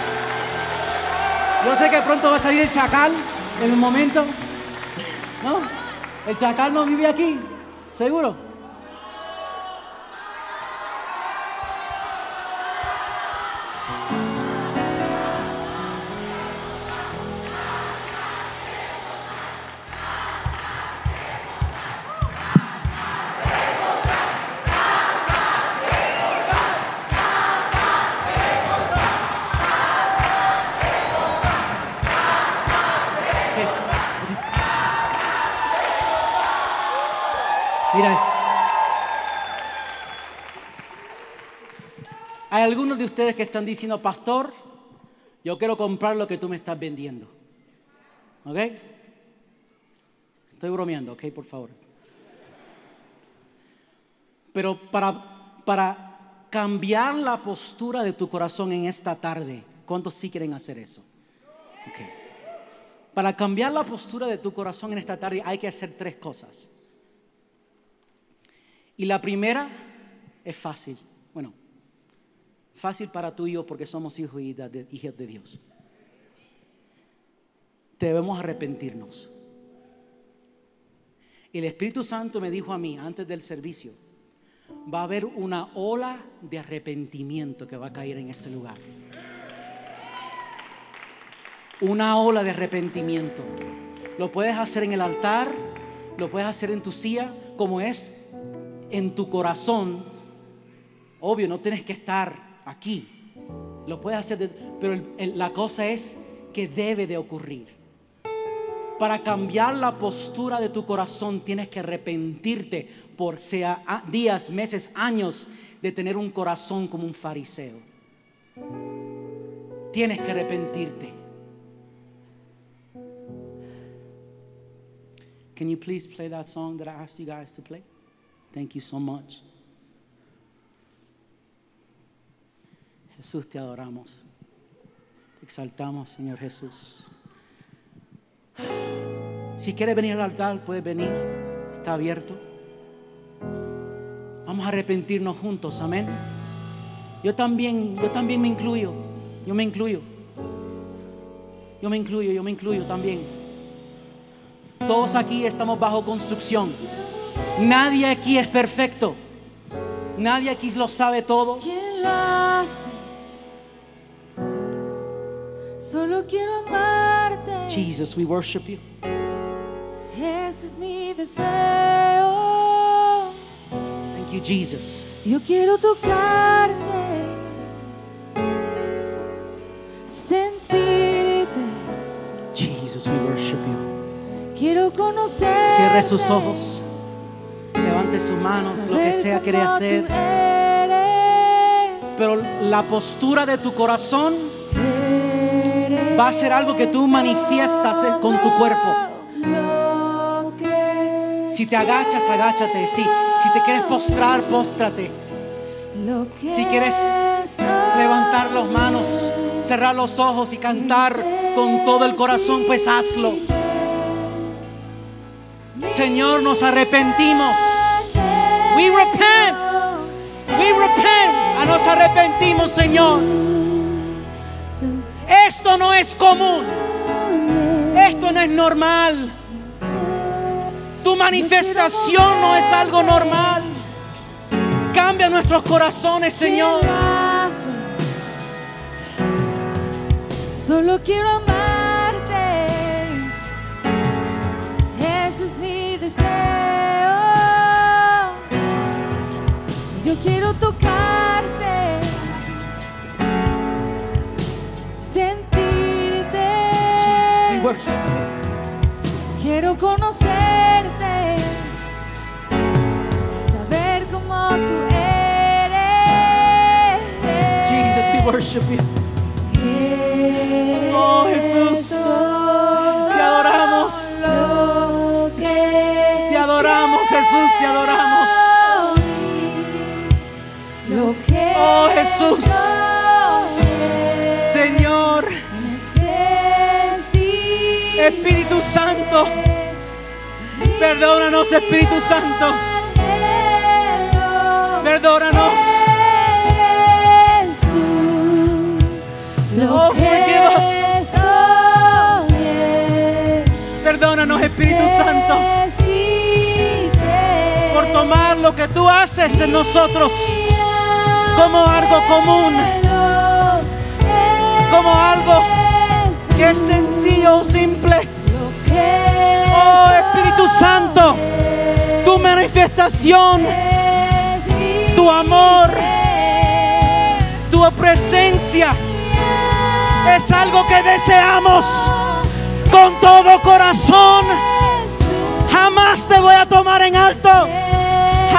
yo sé que pronto va a salir el chacal en un momento. ¿No? El chacal no vive aquí, seguro. Mira, hay algunos de ustedes que están diciendo, pastor, yo quiero comprar lo que tú me estás vendiendo. ¿Ok? Estoy bromeando, ok, por favor. Pero para, para cambiar la postura de tu corazón en esta tarde, ¿cuántos sí quieren hacer eso? Ok. Para cambiar la postura de tu corazón en esta tarde hay que hacer tres cosas. Y la primera es fácil. Bueno, fácil para tú y yo porque somos hijos y hijas de Dios. Debemos arrepentirnos. El Espíritu Santo me dijo a mí antes del servicio, va a haber una ola de arrepentimiento que va a caer en este lugar. Una ola de arrepentimiento. Lo puedes hacer en el altar, lo puedes hacer en tu silla, como es en tu corazón. Obvio, no tienes que estar aquí. Lo puedes hacer, de, pero el, el, la cosa es que debe de ocurrir. Para cambiar la postura de tu corazón tienes que arrepentirte por sea días, meses, años de tener un corazón como un fariseo. Tienes que arrepentirte. Can you please play that song that I asked you guys to play? Thank you so much. Jesús, te adoramos. Te exaltamos, Señor Jesús. Si quieres venir al altar, puedes venir. Está abierto. Vamos a arrepentirnos juntos, amén. Yo también, yo también me incluyo. Yo me incluyo. Yo me incluyo, yo me incluyo también. Todos aquí estamos bajo construcción. Nadie aquí es perfecto. Nadie aquí lo sabe todo. ¿Quién lo hace? Solo quiero amarte. Jesus, we worship you. Ese es mi deseo. Thank you, Jesus. Yo quiero tocarte, sentirte. Jesus, we worship you. Quiero conocerte. Cierre sus ojos. Levante sus manos, lo que sea quiere hacer. Pero la postura de tu corazón va a ser algo que tú manifiestas con tu cuerpo. Si te agachas, agáchate. Si, si te quieres postrar, póstrate. Si quieres levantar las manos, cerrar los ojos y cantar con todo el corazón, pues hazlo. Señor, nos arrepentimos. We repent. We repent. A nos arrepentimos, Señor. Esto no es común. Esto no es normal. Tu manifestación no es algo normal. Cambia nuestros corazones, Señor. Solo quiero amarte. Ese es mi deseo. Yo quiero tocarte, sentirte. Quiero conocerte, saber cómo tú eres. Jesus, we worship you. Oh, Jesús, te adoramos. Te adoramos, Jesús, te adoramos. Oh, Jesús, Señor, Espíritu Santo, perdónanos, Espíritu Santo, perdónanos. Oh, forgive us. Perdónanos, Espíritu Santo, por tomar lo que tú haces en nosotros como algo común, como algo que es sencillo o simple. Oh, Espíritu Santo, tu manifestación, tu amor, tu presencia es algo que deseamos con todo corazón. Jamás te voy a tomar en alto.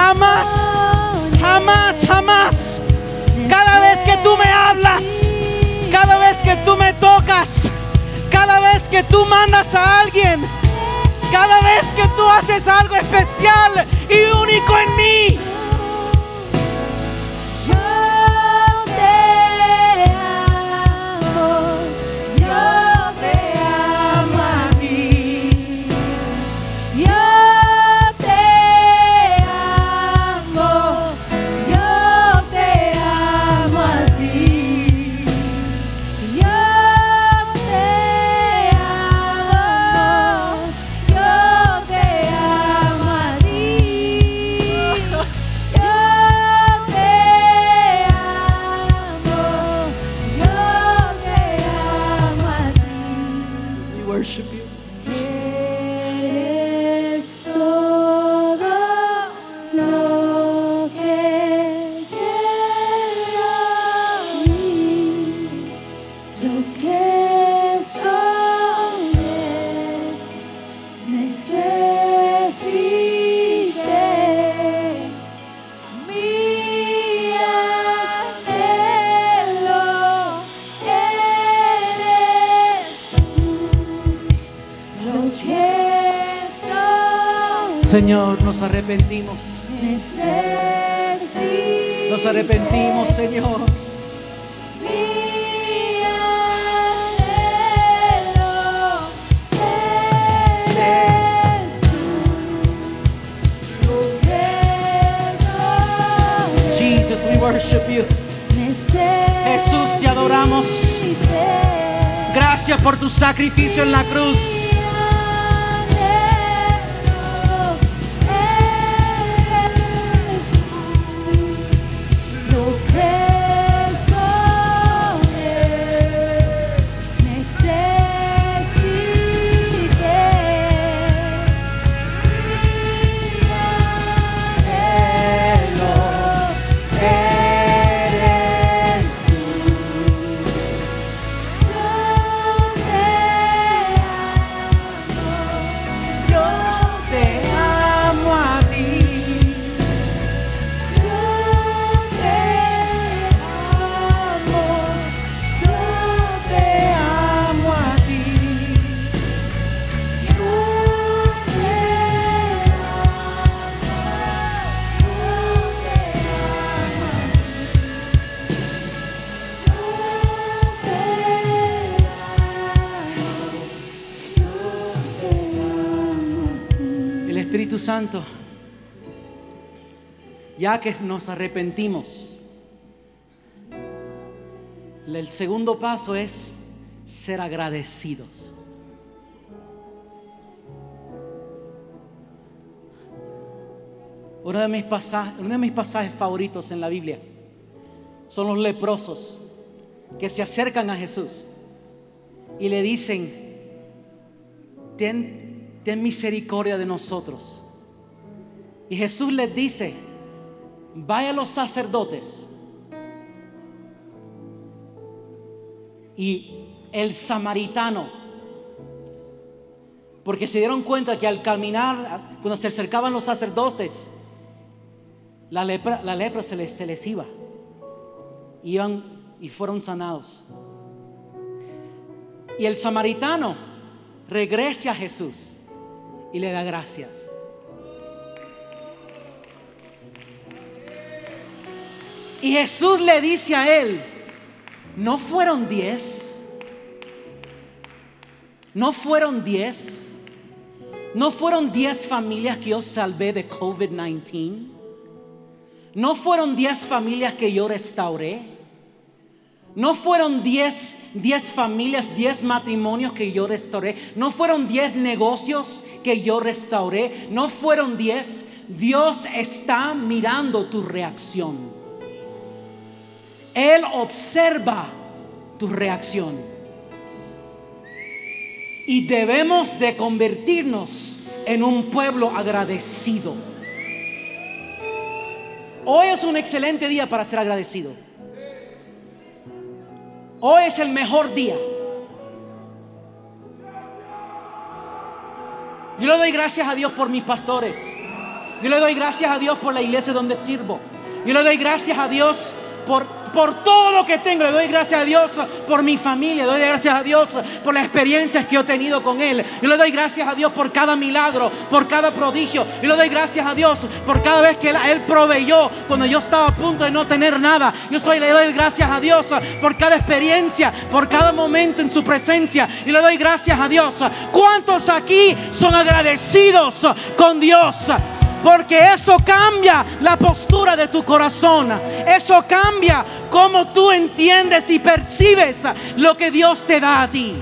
Jamás, jamás, jamás. Cada vez que tú me hablas, cada vez que tú me tocas, cada vez que tú mandas a alguien, cada vez que tú haces algo especial y único en mí. Señor, nos arrepentimos. Nos arrepentimos, Señor. Jesus, we worship you. Jesús, te adoramos. Gracias por tu sacrificio en la cruz. Espíritu Santo, ya que nos arrepentimos, el segundo paso es ser agradecidos. Uno de mis pasajes, uno de mis pasajes favoritos en la Biblia son los leprosos que se acercan a Jesús y le dicen: ten Ten misericordia de nosotros. Y Jesús les dice: vaya a los sacerdotes. Y el samaritano, porque se dieron cuenta que al caminar, cuando se acercaban los sacerdotes, la lepra, la lepra se les, se les iba. Iban y fueron sanados. Y el samaritano regresa a Jesús y le da gracias. Y Jesús le dice a él: ¿no fueron diez? ¿No fueron diez? ¿No fueron diez familias que yo salvé de COVID diecinueve? ¿No fueron diez familias que yo restauré? ¿No fueron diez, diez familias, diez matrimonios que yo restauré? ¿No fueron diez negocios que yo restauré? ¿No fueron diez? Dios está mirando tu reacción. Él observa tu reacción. Y debemos de convertirnos en un pueblo agradecido. Hoy es un excelente día para ser agradecido. Hoy es el mejor día. Yo le doy gracias a Dios por mis pastores. Yo le doy gracias a Dios por la iglesia donde sirvo. Yo le doy gracias a Dios por, por todo lo que tengo. Le doy gracias a Dios por mi familia. Le doy gracias a Dios por las experiencias que he tenido con Él. Yo le doy gracias a Dios por cada milagro, por cada prodigio. Yo le doy gracias a Dios por cada vez que Él, Él proveyó cuando yo estaba a punto de no tener nada. Yo estoy, le doy gracias a Dios por cada experiencia, por cada momento en su presencia. Y le doy gracias a Dios. ¿Cuántos aquí son agradecidos con Dios? Porque eso cambia la postura de tu corazón. Eso cambia cómo tú entiendes y percibes lo que Dios te da a ti.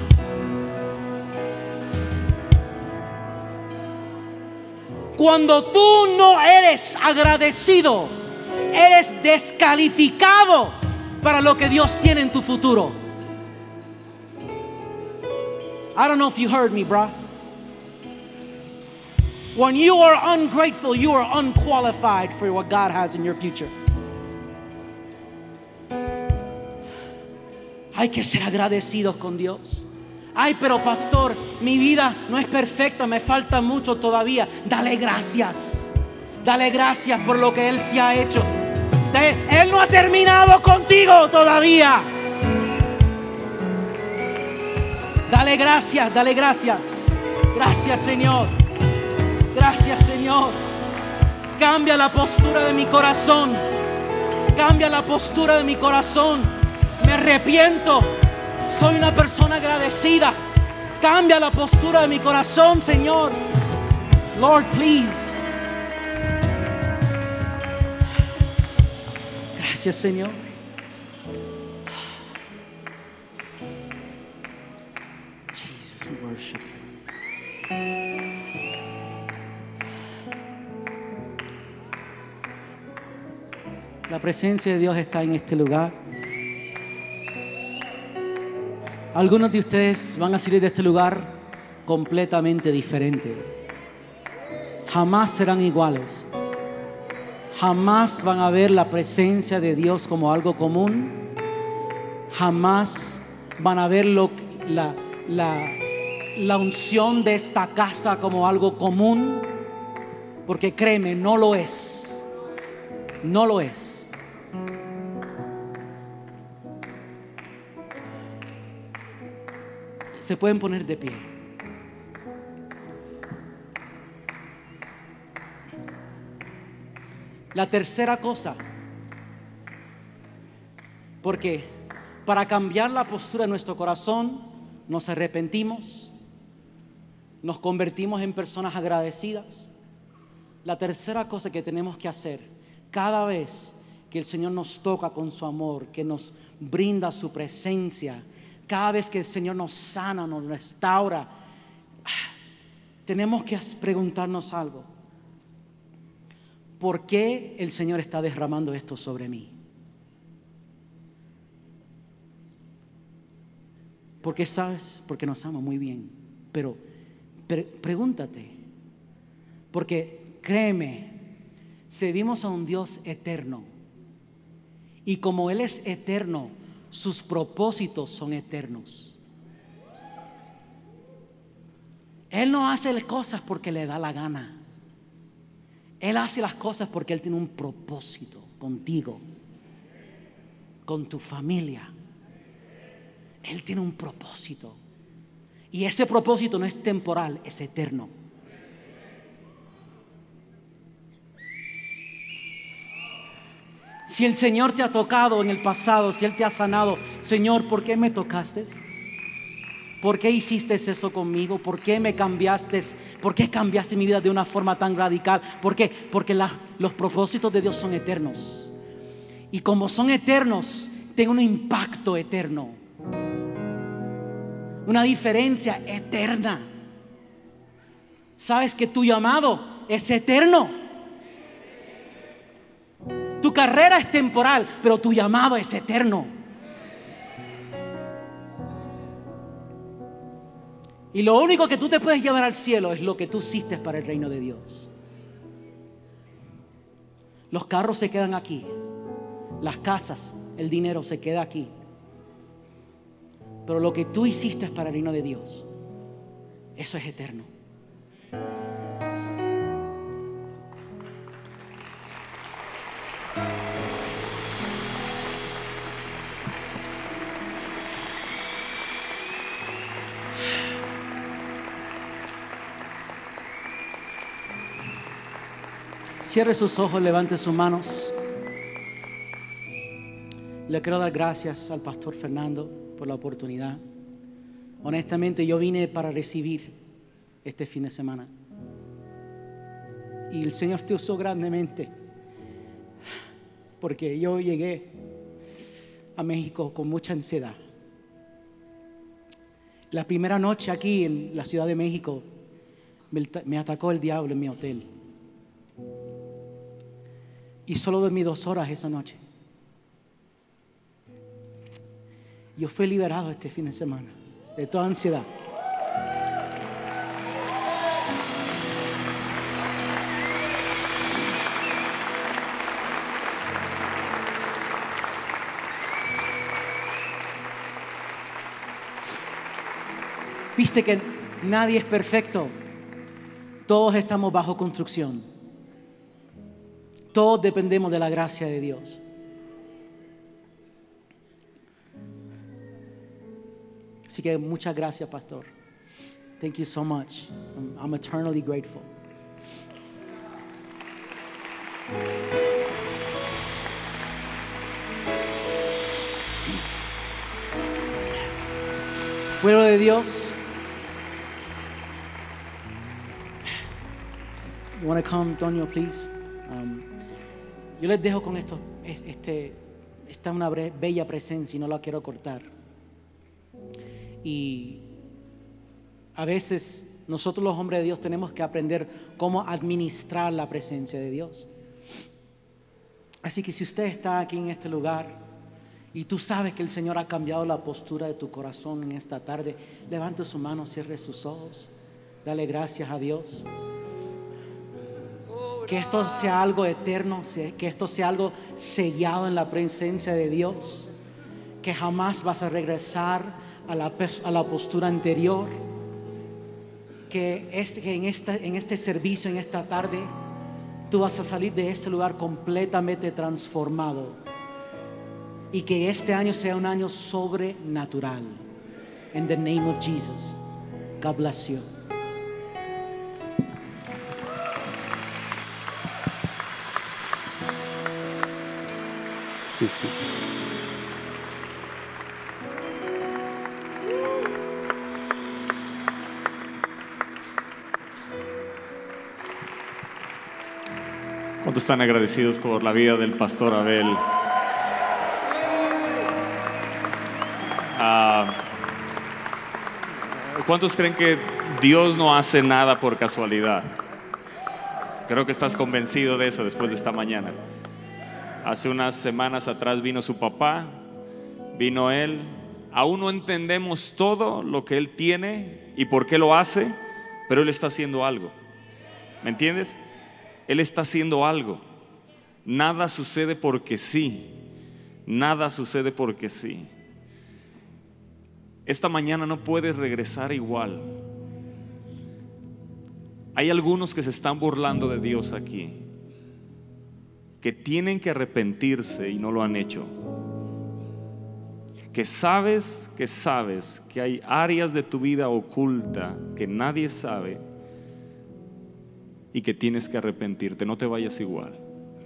Cuando tú no eres agradecido, eres descalificado para lo que Dios tiene en tu futuro. I don't know if you heard me, bro. When you are ungrateful, you are unqualified for what God has in your future. Hay que ser agradecidos con Dios. Ay, pero pastor, mi vida no es perfecta, me falta mucho todavía. Dale gracias. Dale gracias por lo que Él se ha hecho. Él no ha terminado contigo todavía. Dale gracias, dale gracias. Gracias, Señor. Gracias, Señor. Cambia la postura de mi corazón. Cambia la postura de mi corazón. Me arrepiento. Soy una persona agradecida. Cambia la postura de mi corazón, Señor. Lord, please. Gracias, Señor. Jesus, we worship you. La presencia de Dios está en este lugar. Algunos de ustedes van a salir de este lugar completamente diferentes. Jamás serán iguales. Jamás van a ver la presencia de Dios como algo común. Jamás van a ver lo, la, la, la unción de esta casa como algo común. Porque créeme, no lo es. No lo es. Se pueden poner de pie. La tercera cosa, porque para cambiar la postura de nuestro corazón, nos arrepentimos, nos convertimos en personas agradecidas. La tercera cosa que tenemos que hacer cada vez que el Señor nos toca con su amor, que nos brinda su presencia, cada vez que el Señor nos sana, nos restaura, tenemos que preguntarnos algo. ¿Por qué el Señor está derramando esto sobre mí? Porque sabes, porque nos ama muy bien. Pero pre- pregúntate, porque créeme, servimos a un Dios eterno. Y como Él es eterno, sus propósitos son eternos. Él no hace las cosas porque le da la gana. Él hace las cosas porque Él tiene un propósito contigo, con tu familia. Él tiene un propósito. Y ese propósito no es temporal, es eterno. Si el Señor te ha tocado en el pasado, si Él te ha sanado, Señor, ¿por qué me tocaste? ¿Por qué hiciste eso conmigo? ¿Por qué me cambiaste? ¿Por qué cambiaste mi vida de una forma tan radical? ¿Por qué? Porque la, los propósitos de Dios son eternos. Y como son eternos, tienen un impacto eterno. Una diferencia eterna. ¿Sabes que tu llamado es eterno? Tu carrera es temporal, pero tu llamado es eterno. Y lo único que tú te puedes llevar al cielo es lo que tú hiciste para el reino de Dios. Los carros se quedan aquí. Las casas, el dinero se queda aquí. Pero lo que tú hiciste para el reino de Dios, eso es eterno. Cierre sus ojos, levante sus manos. Le quiero dar gracias al pastor Fernando por la oportunidad. Honestamente, yo vine para recibir este fin de semana. Y el Señor te usó grandemente. Porque yo llegué a México con mucha ansiedad. La primera noche aquí en la Ciudad de México me, me atacó el diablo en mi hotel. Y solo dormí dos horas esa noche. Yo fui liberado este fin de semana de toda ansiedad. Viste que nadie es perfecto. Todos estamos bajo construcción. Todos dependemos de la gracia de Dios. Así que muchas gracias, pastor. Thank you so much. I'm, I'm eternally grateful. Pueblo de Dios, you want to come, Antonio, please? Um, yo les dejo con esto. Este, esta es una bella presencia y no la quiero cortar. Y a veces nosotros los hombres de Dios tenemos que aprender cómo administrar la presencia de Dios. Así que si usted está aquí en este lugar y tú sabes que el Señor ha cambiado la postura de tu corazón en esta tarde, levante su mano, cierre sus ojos, dale gracias a Dios. Que esto sea algo eterno, que esto sea algo sellado en la presencia de Dios, que jamás vas a regresar a la, a la postura anterior. Que, es, que en, esta, en este servicio, en esta tarde, tú vas a salir de este lugar completamente transformado. Y que este año sea un año sobrenatural. In the name of Jesus. God bless you. Sí, sí. ¿Cuántos están agradecidos por la vida del pastor Abel? Uh, ¿Cuántos creen que Dios no hace nada por casualidad? Creo que estás convencido de eso después de esta mañana. Hace unas semanas atrás vino su papá, vino él. Aún no entendemos todo lo que él tiene y por qué lo hace, pero él está haciendo algo. ¿Me entiendes? Él está haciendo algo. Nada sucede porque sí. Nada sucede porque sí. Esta mañana no puedes regresar igual. Hay algunos que se están burlando de Dios aquí, que tienen que arrepentirse y no lo han hecho. Que sabes, que sabes que hay áreas de tu vida oculta que nadie sabe y que tienes que arrepentirte. No te vayas igual.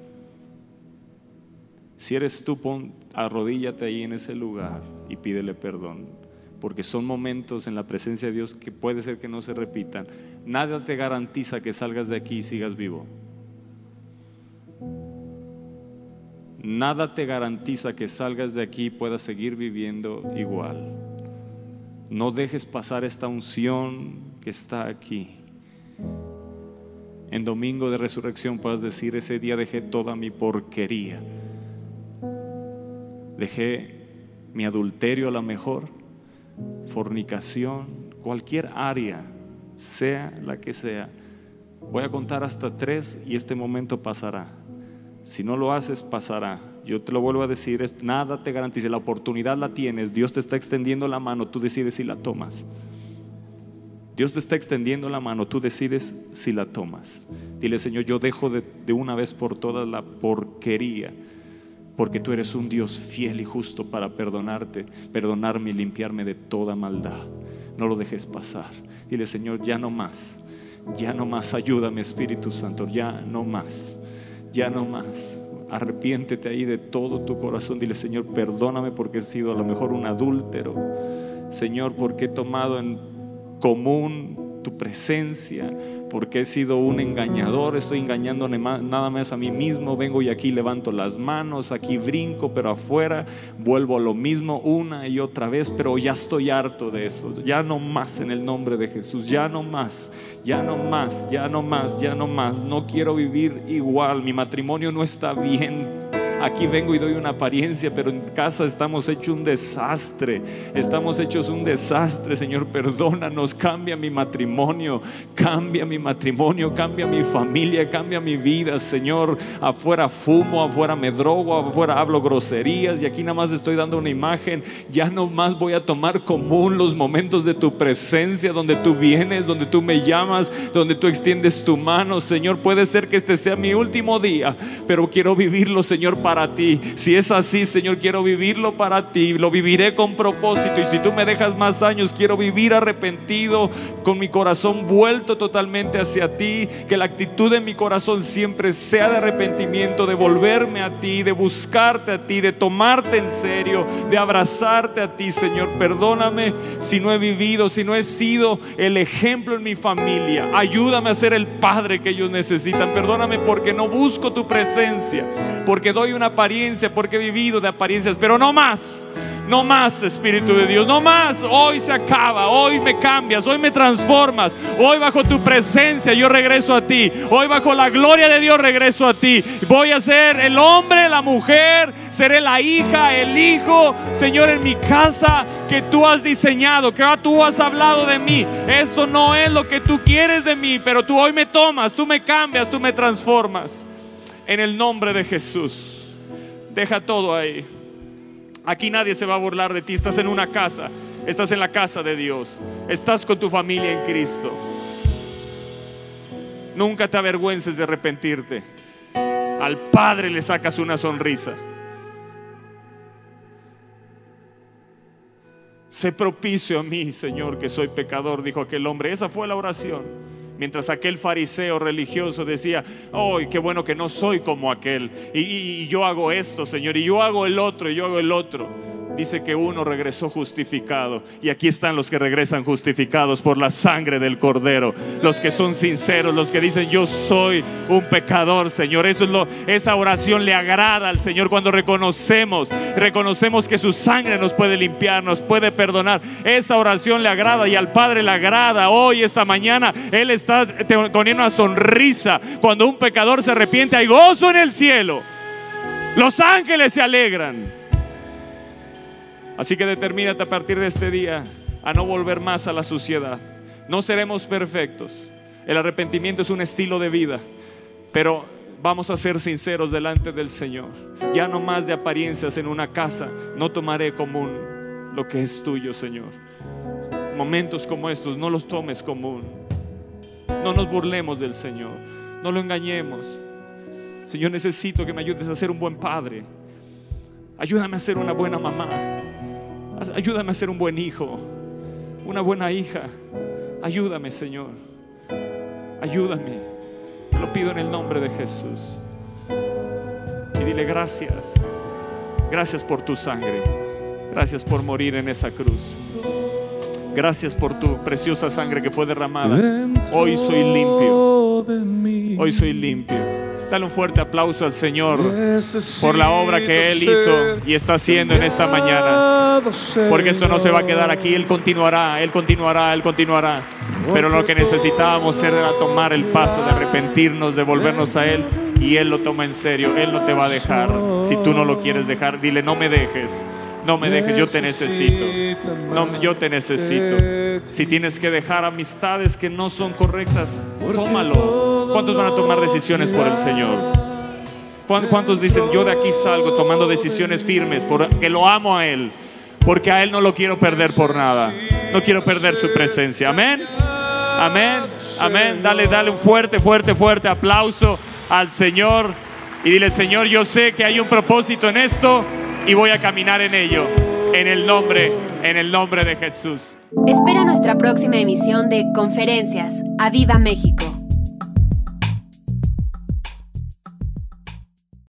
Si eres tú, pon, arrodíllate ahí en ese lugar y pídele perdón, porque son momentos en la presencia de Dios que puede ser que no se repitan. Nada te garantiza que salgas de aquí y sigas vivo. Nada te garantiza que salgas de aquí y puedas seguir viviendo igual. No dejes pasar esta unción que está aquí. En domingo de resurrección puedas decir: ese día dejé toda mi porquería. Dejé mi adulterio a la mejor, fornicación, cualquier área, sea la que sea. Voy a contar hasta tres y este momento pasará. Si no lo haces, pasará. Yo te lo vuelvo a decir, es, nada te garantiza. La oportunidad la tienes. Dios te está extendiendo la mano, tú decides si la tomas. Dios te está extendiendo la mano, tú decides si la tomas. Dile: Señor, yo dejo de, de una vez por todas la porquería, porque tú eres un Dios fiel y justo para perdonarte, perdonarme y limpiarme de toda maldad. No lo dejes pasar. Dile: Señor, ya no más, ya no más. Ayúdame, Espíritu Santo, ya no más. ya no más. Arrepiéntete ahí de todo tu corazón. Dile: Señor, perdóname porque he sido a lo mejor un adúltero. Señor, porque he tomado en común tu presencia, porque he sido un engañador, estoy engañando nada más a mí mismo. Vengo y aquí levanto las manos, aquí brinco, pero afuera vuelvo a lo mismo una y otra vez. Pero ya estoy harto de eso. Ya no más, en el nombre de Jesús. Ya no más, ya no más, ya no más, ya no más. No quiero vivir igual. Mi matrimonio no está bien. Aquí vengo y doy una apariencia, pero en casa estamos hechos un desastre. Estamos hechos un desastre. Señor, perdónanos. Cambia mi matrimonio, cambia mi matrimonio, cambia mi familia, cambia mi vida, Señor. Afuera fumo, afuera me drogo, afuera hablo groserías, y aquí nada más estoy dando una imagen. Ya no más voy a tomar común los momentos de tu presencia, donde tú vienes, donde tú me llamas, donde tú extiendes tu mano. Señor, puede ser que este sea mi último día, pero quiero vivirlo, Señor, para para ti. Si es así, Señor, quiero vivirlo para ti. Lo viviré con propósito, y si tú me dejas más años, quiero vivir arrepentido, con mi corazón vuelto totalmente hacia ti. Que la actitud de mi corazón siempre sea de arrepentimiento, de volverme a ti, de buscarte a ti, de tomarte en serio, de abrazarte a ti. Señor, perdóname si no he vivido, si no he sido el ejemplo en mi familia. Ayúdame a ser el padre que ellos necesitan. Perdóname porque no busco tu presencia, porque doy una apariencia, porque he vivido de apariencias. Pero no más, no más, Espíritu de Dios, no más. Hoy se acaba, hoy me cambias, hoy me transformas. Hoy bajo tu presencia yo regreso a ti. Hoy bajo la gloria de Dios regreso a ti. Voy a ser el hombre, la mujer, seré la hija, el hijo, Señor, en mi casa que tú has diseñado, que tú has hablado de mí. Esto no es lo que tú quieres de mí, pero tú hoy me tomas, tú me cambias, tú me transformas. En el nombre de Jesús. Deja todo ahí. Aquí nadie se va a burlar de ti. Estás en una casa, estás en la casa de Dios, estás con tu familia en Cristo. Nunca te avergüences de arrepentirte. Al Padre le sacas una sonrisa. Sé propicio a mí, Señor, que soy pecador, dijo aquel hombre. Esa fue la oración. Mientras aquel fariseo religioso decía: ¡ay, qué bueno que no soy como aquel! Y, y, y yo hago esto, Señor, y yo hago el otro, y yo hago el otro. Dice que uno regresó justificado. Y aquí están los que regresan justificados por la sangre del Cordero. Los que son sinceros, los que dicen: yo soy un pecador, Señor. Eso es lo, esa oración le agrada al Señor cuando reconocemos, reconocemos que su sangre nos puede limpiar, nos puede perdonar. Esa oración le agrada y al Padre le agrada. Hoy, esta mañana, Él está poniendo una sonrisa. Cuando un pecador se arrepiente, hay gozo en el cielo. Los ángeles se alegran. Así que determínate a partir de este día a no volver más a la suciedad. No seremos perfectos. El arrepentimiento es un estilo de vida, pero vamos a ser sinceros delante del Señor. Ya no más de apariencias en una casa. No tomaré común lo que es tuyo, Señor. Momentos como estos no los tomes común. No nos burlemos del Señor, no lo engañemos. Señor, necesito que me ayudes a ser un buen padre. Ayúdame a ser una buena mamá. Ayúdame a ser un buen hijo, una buena hija. Ayúdame, Señor. Ayúdame. Te lo pido en el nombre de Jesús. Y dile: gracias. Gracias por tu sangre. Gracias por morir en esa cruz. Gracias por tu preciosa sangre que fue derramada. Hoy soy limpio. Hoy soy limpio. Dale un fuerte aplauso al Señor por la obra que Él hizo y está haciendo en esta mañana. Porque esto no se va a quedar aquí. Él continuará, Él continuará, Él continuará. Pero lo que necesitábamos era tomar el paso de arrepentirnos, de volvernos a Él. Y Él lo toma en serio. Él no te va a dejar. Si tú no lo quieres dejar, dile: no me dejes. No me dejes, yo te necesito. No, yo te necesito. Si tienes que dejar amistades que no son correctas, tómalo. ¿Cuántos van a tomar decisiones por el Señor? ¿Cuántos dicen: yo de aquí salgo tomando decisiones firmes porque lo amo a Él, porque a Él no lo quiero perder por nada? No quiero perder su presencia. Amén. Amén. Amén. Dale, dale un fuerte, fuerte, fuerte aplauso al Señor y dile: Señor, yo sé que hay un propósito en esto y voy a caminar en ello, en el nombre, en el nombre de Jesús. Espera nuestra próxima emisión de Conferencias. ¡A Viva México!